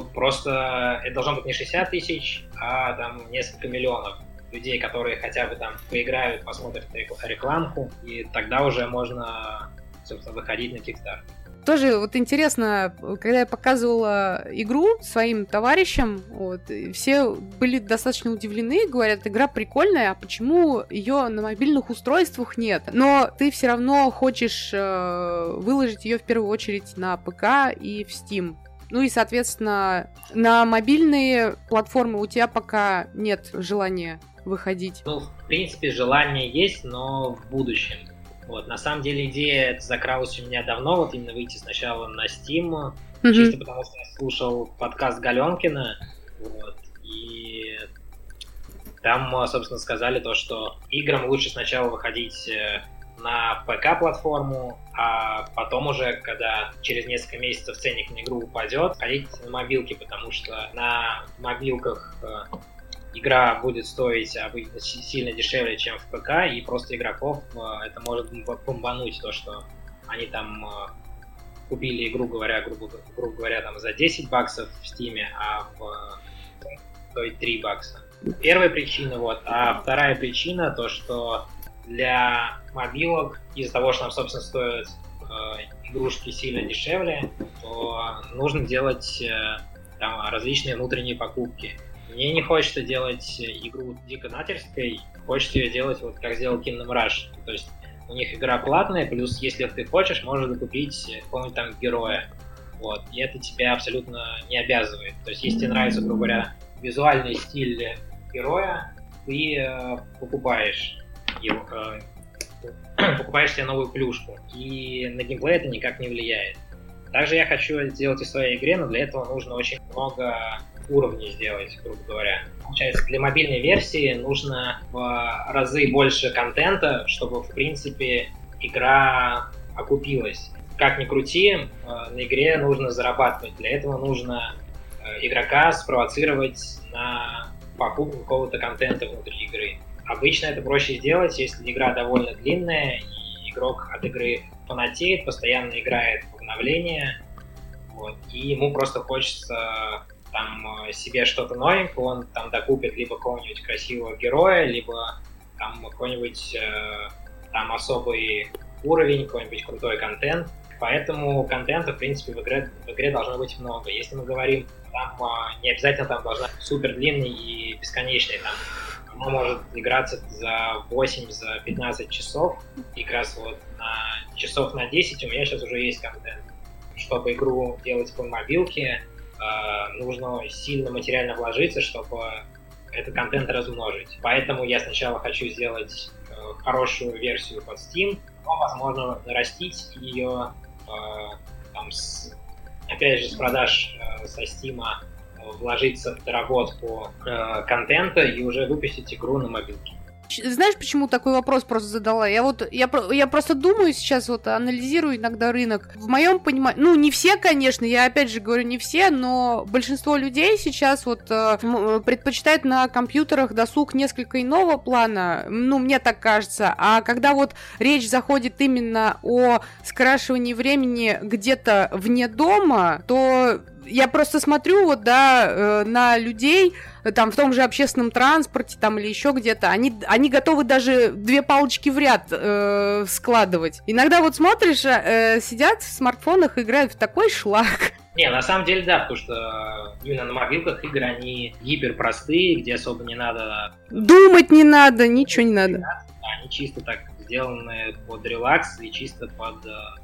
Просто это должно быть не шестьдесят тысяч, а там несколько миллионов людей, которые хотя бы там поиграют, посмотрят рекламку, и тогда уже можно, собственно, выходить на Kickstarter. Тоже вот интересно, когда я показывала игру своим товарищам, вот, все были достаточно удивлены, говорят, игра прикольная, а почему ее на мобильных устройствах нет? Но ты все равно хочешь э, выложить ее в первую очередь на ПК и в Steam. Ну и, соответственно, на мобильные платформы у тебя пока нет желания выходить. Ну, в принципе, желание есть, но в будущем. Вот, на самом деле идея закралась у меня давно, вот именно выйти сначала на Steam, mm-hmm. чисто потому что я слушал подкаст Галенкина, вот, и там, собственно, сказали то, что играм лучше сначала выходить на ПК-платформу, а потом уже, когда через несколько месяцев ценник на игру упадет, ходить на мобилки, потому что на мобилках игра будет стоить обычно сильно дешевле, чем в ПК, и просто игроков это может бомбануть, то, что они там купили, грубо говоря, грубо, грубо говоря, там за десять баксов в Стиме, а в стоит три бакса. Первая причина, вот. А вторая причина, то, что для мобилок, из-за того, что нам, собственно, стоит э, игрушки сильно дешевле, то нужно делать э, там различные внутренние покупки. Мне не хочется делать игру дико натерской, хочется ее делать вот как сделал Kingdom Rush. То есть у них игра платная, плюс если ты хочешь, можешь докупить какого-нибудь там героя. Вот. И это тебя абсолютно не обязывает. То есть если тебе нравится, грубо говоря, визуальный стиль героя, ты э, покупаешь его, э, покупаешь себе новую плюшку. И на геймплей это никак не влияет. Также я хочу это сделать и в своей игре, но для этого нужно очень много уровней сделать, грубо говоря. Получается, для мобильной версии нужно в разы больше контента, чтобы, в принципе, игра окупилась. Как ни крути, на игре нужно зарабатывать. Для этого нужно игрока спровоцировать на покупку какого-то контента внутри игры. Обычно это проще сделать, если игра довольно длинная, и игрок от игры фанатеет, постоянно играет в обновления, вот, и ему просто хочется там себе что-то новенькое, он там докупит либо какого-нибудь красивого героя, либо там какой-нибудь э, там особый уровень, какой-нибудь крутой контент. Поэтому контента, в принципе, в игре, в игре должно быть много. Если мы говорим, там э, не обязательно там должна быть супер длинный и бесконечный, там оно может играться за восемь, за пятнадцать часов, и как раз вот на часов на десять у меня сейчас уже есть контент. Чтобы игру делать по мобилке, нужно сильно материально вложиться, чтобы этот контент размножить. Поэтому я сначала хочу сделать хорошую версию под Steam, но, возможно, нарастить ее, там, с, опять же, с продаж со Steam, вложиться в доработку контента и уже выпустить игру на мобилке. Знаешь, почему такой вопрос просто задала? Я вот, я, я просто думаю сейчас, вот анализирую иногда рынок. В моем понимании, ну, не все, конечно, я опять же говорю, не все, но большинство людей сейчас вот э, предпочитают на компьютерах досуг несколько иного плана, ну, мне так кажется. А когда вот речь заходит именно о скрашивании времени где-то вне дома, то я просто смотрю вот, да, э, на людей, там, в том же общественном транспорте, там, или еще где-то, они, они готовы даже две палочки в ряд э, складывать. Иногда вот смотришь, э, сидят в смартфонах, играют в такой шлак. Не, на самом деле, да, потому что именно на мобилках игры, они гиперпростые, где особо не надо... Думать не надо, ничего не надо. Они чисто так сделаны под релакс и чисто под...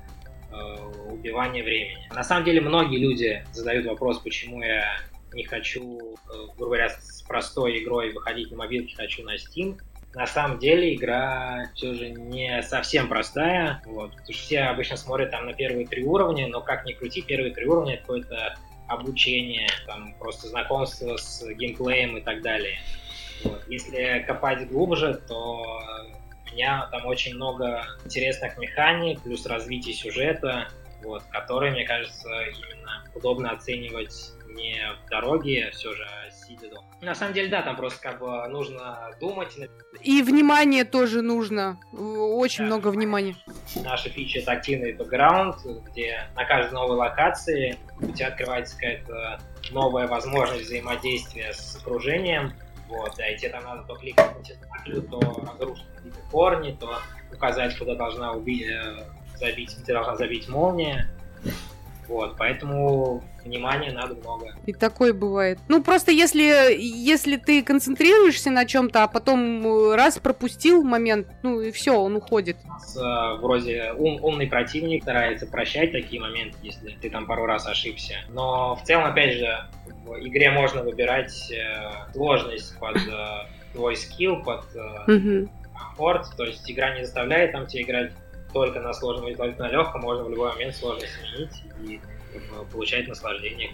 убивание времени. На самом деле многие люди задают вопрос, почему я не хочу, грубо говоря, с простой игрой выходить на мобилке, хочу на Steam. На самом деле игра все же не совсем простая, вот, потому что все обычно смотрят там на первые три уровня, но как ни крути, первые три уровня это какое-то обучение, там просто знакомство с геймплеем и так далее. Вот. Если копать глубже, то у меня там очень много интересных механик, плюс развитие сюжета, вот, которые, мне кажется, именно удобно оценивать не в дороге, все же, а сидя дома. На самом деле, да, там просто как бы нужно думать. И внимание тоже нужно, очень да. много внимания. Наша фича — это активный бэкграунд, где на каждой новой локации у тебя открывается какая-то новая возможность взаимодействия с окружением. Вот, да, и тебе там надо то кликать на тесаклю, то разрушить какие-то корни, то указать, куда должна убить, забить, где должна забить молния. Вот, поэтому внимания надо много. И такое бывает. Ну, просто если, если ты концентрируешься на чем-то, а потом раз пропустил момент, ну и все, он уходит. У нас э, вроде ум, умный противник старается прощать такие моменты, если ты там пару раз ошибся. Но в целом, опять же, в игре можно выбирать э, сложность под э, твой скилл, под э, mm-hmm. комфорт. То есть игра не заставляет там тебя играть только на сложном или только на легком, можно в любой момент сложность сменить и как бы, получать наслаждение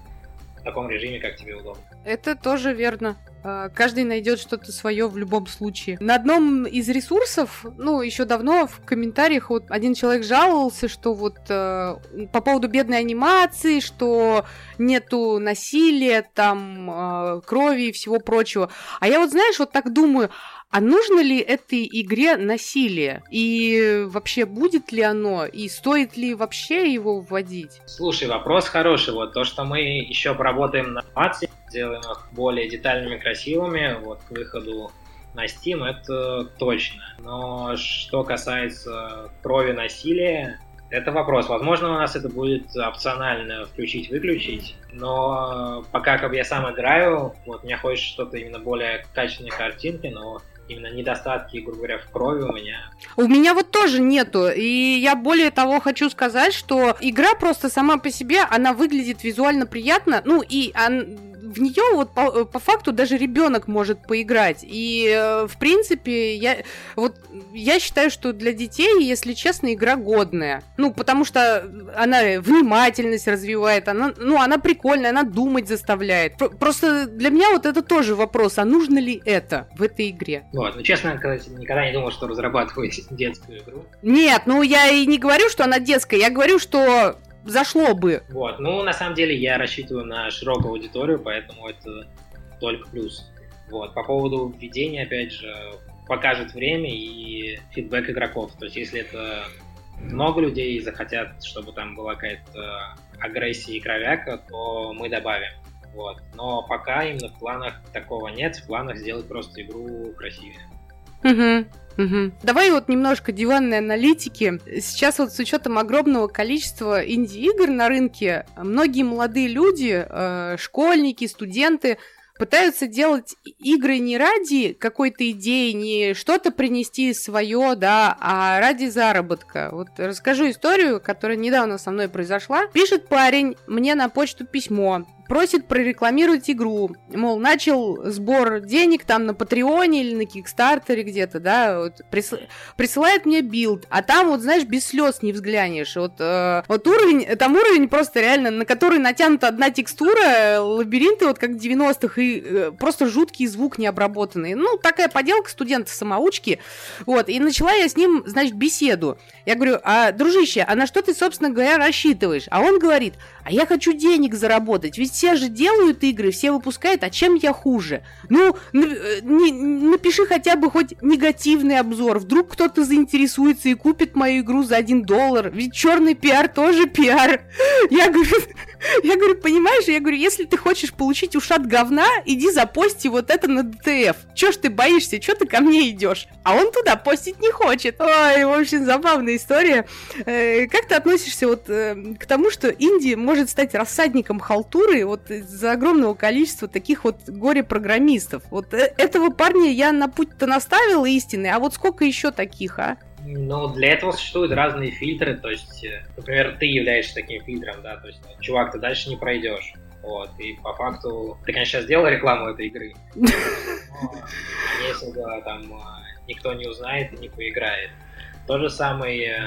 в таком режиме, как тебе удобно. Это тоже верно. Каждый найдет что-то свое в любом случае. На одном из ресурсов, ну, еще давно в комментариях вот один человек жаловался, что вот э, по поводу бедной анимации, что нету насилия, там, э, крови и всего прочего. А я вот, знаешь, вот так думаю, а нужно ли этой игре насилие? И вообще будет ли оно? И стоит ли вообще его вводить? Слушай, вопрос хороший. Вот то, что мы еще поработаем на анимации, сделаем их более детальными, красивыми, вот к выходу на Steam, это точно. Но что касается крови, насилия, Это вопрос. Возможно, у нас это будет опционально включить-выключить, но пока как бы я сам играю, вот мне хочется что-то именно более качественной картинки, но именно недостатки, грубо говоря, в крови у меня. У меня вот тоже нету, и я более того хочу сказать, что игра просто сама по себе, она выглядит визуально приятно, ну и он, в нее вот по, по факту даже ребенок может поиграть, и э, в принципе я вот я считаю, что для детей, если честно, игра годная, ну потому что она внимательность развивает, она, ну она прикольная, она думать заставляет. Просто для меня вот это тоже вопрос, а нужно ли это в этой игре? Вот, ну честно, никогда не думал, что разрабатываю детскую игру. Нет, ну я и не говорю, что она детская, я говорю, что зашло бы. Вот, ну на самом деле я рассчитываю на широкую аудиторию, поэтому это только плюс. Вот, по поводу введения, опять же, покажет время и фидбэк игроков. То есть если это много людей захотят, чтобы там была какая-то агрессия и кровяка, то мы добавим. Вот. Но пока именно в планах такого нет, в планах сделать просто игру красивее. Угу, угу. Давай вот немножко диванной аналитики. Сейчас вот с учетом огромного количества инди-игр на рынке, многие молодые люди, э, школьники, студенты пытаются делать игры не ради какой-то идеи, не что-то принести свое, да, а ради заработка. Вот расскажу историю, которая недавно со мной произошла. Пишет парень мне на почту письмо, просит прорекламировать игру. Мол, начал сбор денег там на Патреоне или на Кикстартере где-то, да, вот, прис... присылает мне билд, а там вот, знаешь, без слез не взглянешь. Вот, э, вот уровень, там уровень просто реально, на который натянута одна текстура, лабиринты вот как в девяностых, и э, просто жуткий звук необработанный. Ну, такая поделка студента-самоучки. Вот, и начала я с ним, значит, беседу. Я говорю, а, дружище, а на что ты, собственно говоря, рассчитываешь? А он говорит, а я хочу денег заработать, ведь все же делают игры, все выпускают, а чем я хуже? Ну, не, напиши хотя бы хоть негативный обзор, вдруг кто-то заинтересуется и купит мою игру за один доллар, ведь черный пиар тоже пиар. Я говорю, я говорю, понимаешь, я говорю, если ты хочешь получить ушат говна, иди запости вот это на ди ти эф. Чё ж ты боишься, чё ты ко мне идешь? А он туда постить не хочет. Ой, в общем, забавная история. Э, как ты относишься вот э, к тому, что инди может стать рассадником халтуры вот из-за огромного количества таких вот горе-программистов? Вот э- этого парня я на путь-то наставила истинный, а вот сколько еще таких, а? Ну, для этого существуют разные фильтры, то есть, например, ты являешься таким фильтром, да, то есть, чувак, ты дальше не пройдешь, вот, и по факту, ты, конечно, сделал рекламу этой игры, но если бы там никто не узнает и не поиграет. То же самое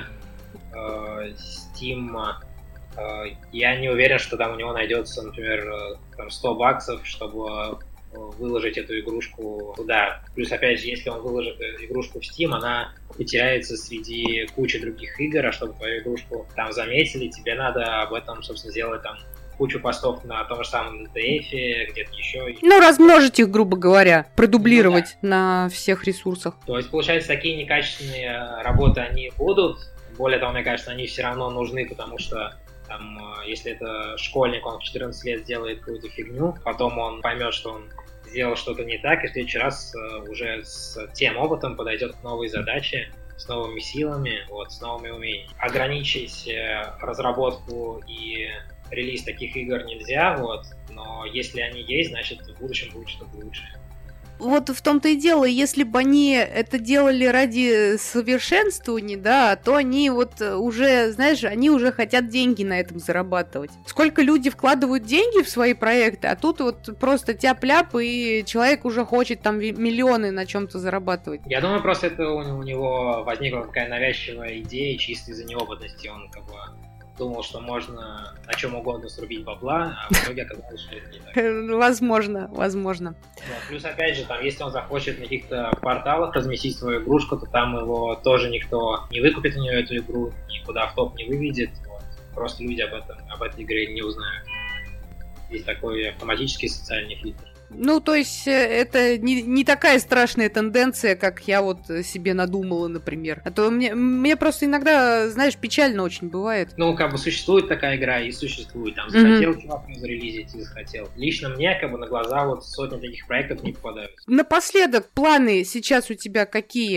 э, Steam, э, я не уверен, что там у него найдется, например, там сто баксов, чтобы выложить эту игрушку туда. Плюс, опять же, если он выложит игрушку в Steam, она потеряется среди кучи других игр, а чтобы твою игрушку там заметили, тебе надо об этом, собственно, сделать там кучу постов на том же самом ди ти эф, где-то еще. Ну, размножить их, грубо говоря, продублировать ну, да. на всех ресурсах. То есть, получается, такие некачественные работы, они будут. Более того, мне кажется, они все равно нужны, потому что там, если это школьник, он в четырнадцать лет делает какую-то фигню, потом он поймет, что он сделал что-то не так, и в следующий раз уже с тем опытом подойдет к новой задаче, с новыми силами, вот, с новыми умениями. Ограничить разработку и релиз таких игр нельзя, вот, но если они есть, значит в будущем будет что-то лучшее. Вот в том-то и дело, если бы они это делали ради совершенствования, да, то они вот уже, знаешь, они уже хотят деньги на этом зарабатывать. Сколько люди вкладывают деньги в свои проекты, а тут вот просто тяп-ляп, и человек уже хочет там миллионы на чем-то зарабатывать. Я думаю, просто это у него возникла такая навязчивая идея чисто из-за неопытности. Он как бы думал, что можно на чем угодно срубить бабла, а в итоге оказалось, что это не так. Возможно, возможно. Да, плюс, опять же, там, если он захочет на каких-то порталах разместить свою игрушку, то там его тоже никто не выкупит у него эту игру, никуда в топ не выведет. Вот. Просто люди об этом, об этой игре не узнают. Есть такой автоматический социальный фильтр. Ну, то есть, это не, не такая страшная тенденция, как я вот себе надумала, например. А то мне, мне просто иногда, знаешь, печально очень бывает. Ну, как бы существует такая игра и существует. Там захотел mm-hmm. чувак ее зарелизить и захотел. Лично мне, как бы, на глаза вот сотни таких проектов не попадаются. Напоследок, планы сейчас у тебя какие?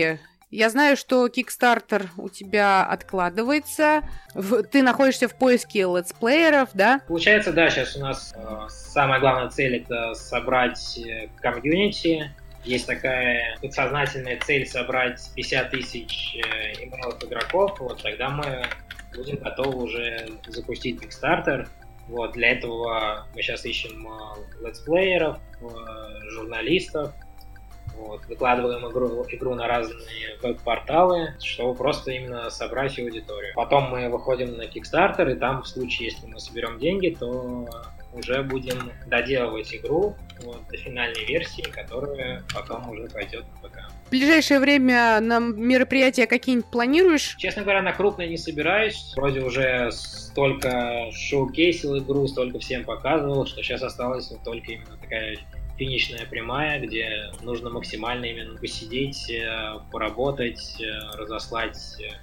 Я знаю, что Kickstarter у тебя откладывается. В... Ты находишься в поиске летсплееров, да? Получается, да, сейчас у нас э, самая главная цель — это собрать комьюнити. Есть такая подсознательная цель собрать пятьдесят тысяч э, имейлов игроков. Вот тогда мы будем готовы уже запустить Kickstarter. Вот, для этого мы сейчас ищем э, летсплееров, э, журналистов. Вот, выкладываем игру, игру на разные веб-порталы, чтобы просто именно собрать аудиторию. Потом мы выходим на Kickstarter, и там в случае, если мы соберем деньги, то уже будем доделывать игру вот, до финальной версии, которая потом уже пойдет на ПК. В ближайшее время на мероприятия какие-нибудь планируешь? Честно говоря, на крупное не собираюсь. Вроде уже столько шоу-кейсил игру, столько всем показывал, что сейчас осталась вот только именно такая финишная прямая, где нужно максимально именно посидеть, поработать, разослать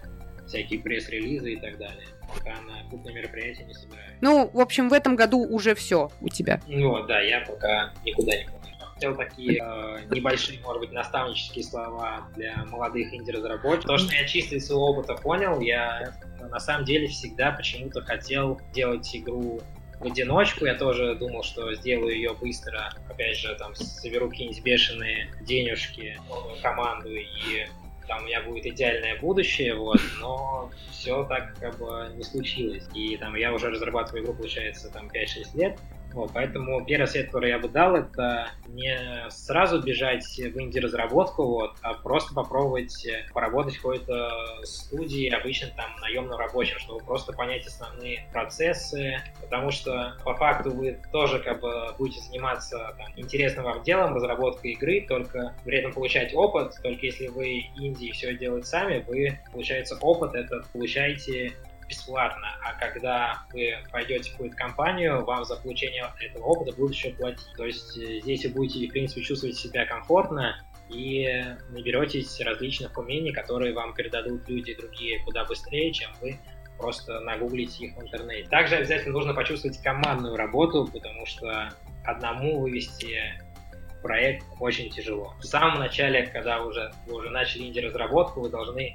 всякие пресс-релизы и так далее. Пока на крупные мероприятия не собираюсь. Ну, в общем, в этом году уже все у тебя. Ну да, я пока никуда не планирую. Хотел такие э, небольшие, может быть, наставнические слова для молодых инди-разработчиков. То, что я чисто из своего опыта понял, я на самом деле всегда почему-то хотел делать игру в одиночку. Я тоже думал, что сделаю ее быстро. Опять же, там, соберу какие-нибудь бешеные денежки, новую команду, и там у меня будет идеальное будущее, вот, но все так как бы не случилось. И там я уже разрабатываю игру, получается, там пять-шесть лет. Вот, поэтому первый совет, который я бы дал, это не сразу бежать в инди-разработку, вот, а просто попробовать поработать в какой-то студии, обычно там наемным рабочим, чтобы просто понять основные процессы, потому что по факту вы тоже как бы будете заниматься там, интересным вам делом, разработкой игры, только при этом получать опыт, только если вы инди все делаете сами, вы, получается, опыт этот получаете бесплатно, а когда вы пойдете в какую-то компанию, вам за получение этого опыта будут еще платить. То есть здесь вы будете, в принципе, чувствовать себя комфортно и наберетесь различных умений, которые вам передадут люди другие куда быстрее, чем вы просто нагуглите их в интернете. Также обязательно нужно почувствовать командную работу, потому что одному вывести проект очень тяжело. В самом начале, когда уже, вы уже начали инди-разработку, вы должны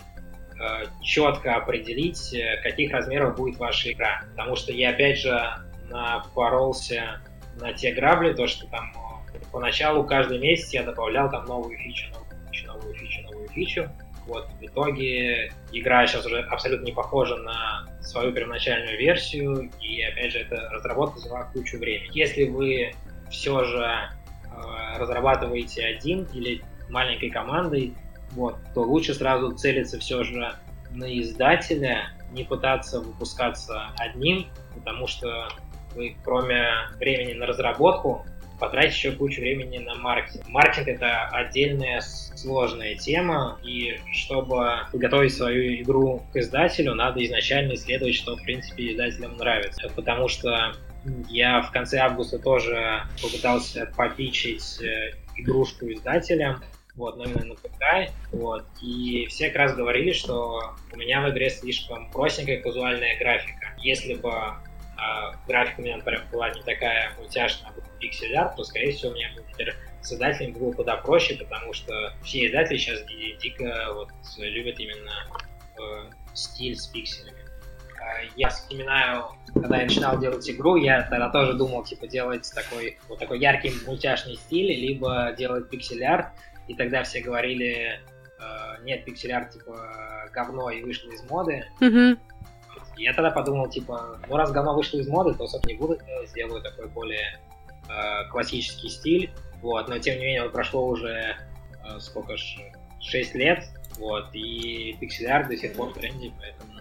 четко определить, каких размеров будет ваша игра. Потому что я, опять же, напоролся на те грабли, то, что там поначалу каждый месяц я добавлял там новую фичу, новую фичу, новую фичу, новую фичу. Вот, в итоге игра сейчас уже абсолютно не похожа на свою первоначальную версию, и, опять же, эта разработка заняла кучу времени. Если вы все же э, разрабатываете один или маленькой командой, вот, то лучше сразу целиться все же на издателя, не пытаться выпускаться одним, потому что вы, кроме времени на разработку, потратите еще кучу времени на маркетинг. Маркетинг — это отдельная сложная тема, и чтобы подготовить свою игру к издателю, надо изначально исследовать, что, в принципе, издателям нравится. Потому что я в конце августа тоже попытался попичить игрушку издателям, вот, но именно на ПК, вот, и все как раз говорили, что у меня в игре слишком простенькая казуальная графика. Если бы э, графика у меня, например, была не такая мультяшная, а пиксель-арт, то, скорее всего, у меня например, с издателями было куда проще, потому что все издатели сейчас дико вот, любят именно э, стиль с пикселями. Э, я вспоминаю, когда я начинал делать игру, я тогда тоже думал, типа, делать такой, вот такой яркий мультяшный стиль, либо делать пиксель-арт. И тогда все говорили, э, нет, пиксель-арт, типа, говно и вышло из моды. Mm-hmm. И я тогда подумал, типа, ну раз говно вышло из моды, то, собственно, не буду делать, сделаю такой более э, классический стиль. Вот, но, тем не менее, вот прошло уже, э, сколько ж, шесть лет, вот, и пиксель-арт до сих пор в тренде, поэтому,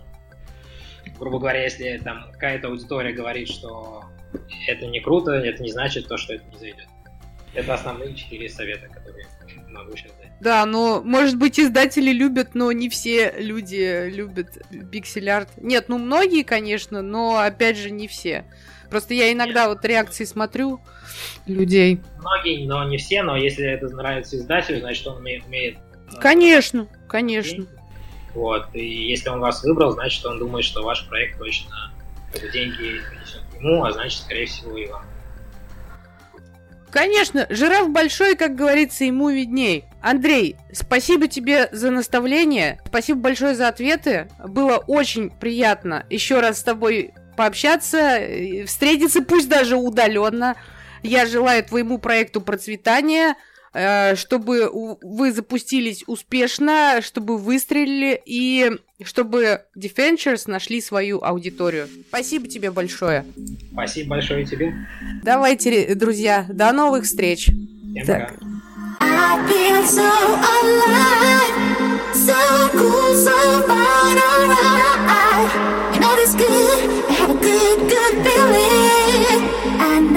грубо говоря, если там какая-то аудитория говорит, что это не круто, это не значит то, что это не зайдет. Это основные четыре совета, которые могу сейчас дать. Да, но, может быть, издатели любят, но не все люди любят пиксель-арт. Нет, ну, многие, конечно, но, опять же, не все. Просто я иногда Нет. вот реакции смотрю людей. Многие, но не все, но если это нравится издателю, значит, он умеет... умеет конечно, э, конечно. Вот, и если он вас выбрал, значит, он думает, что ваш проект точно деньги принесет ему, а значит, скорее всего, и вам. Конечно, жираф большой, как говорится, ему видней. Андрей, спасибо тебе за наставление, спасибо большое за ответы. Было очень приятно еще раз с тобой пообщаться, встретиться, пусть даже удаленно. Я желаю твоему проекту процветания, чтобы вы запустились успешно, чтобы выстрелили и чтобы Defenders нашли свою аудиторию. Спасибо тебе большое. Спасибо большое тебе. Давайте, друзья, до новых встреч. Всем Так. пока. I feel so alive, so cool, so fine, alright. You know it's good, I have a good, good feeling. And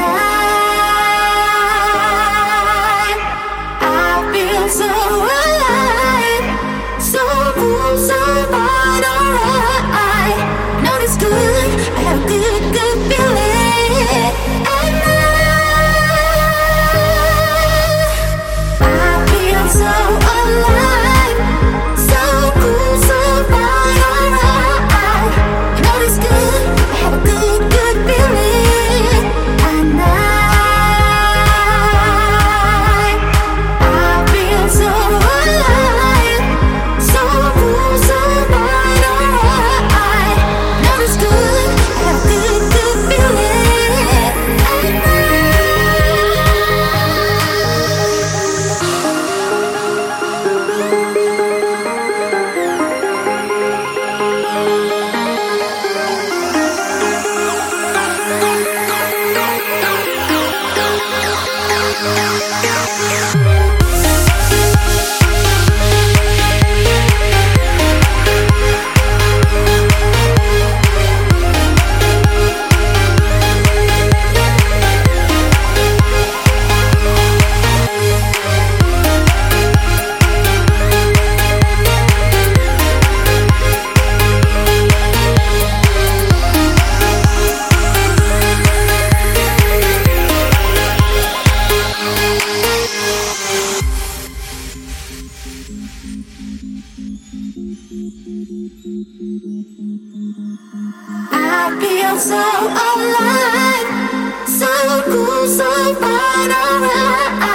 I, I feel so alive, so cool, so fine, alright. You know it's good, I have a good, good feeling. And so alive, so cool, so fine, alright. You know it's good, I have a good, good feeling. And I, I feel so alive, so cool, so fine, alright. You know it's good, I have a good, good feeling. And I, I feel so alive, so cool, so fine, alright.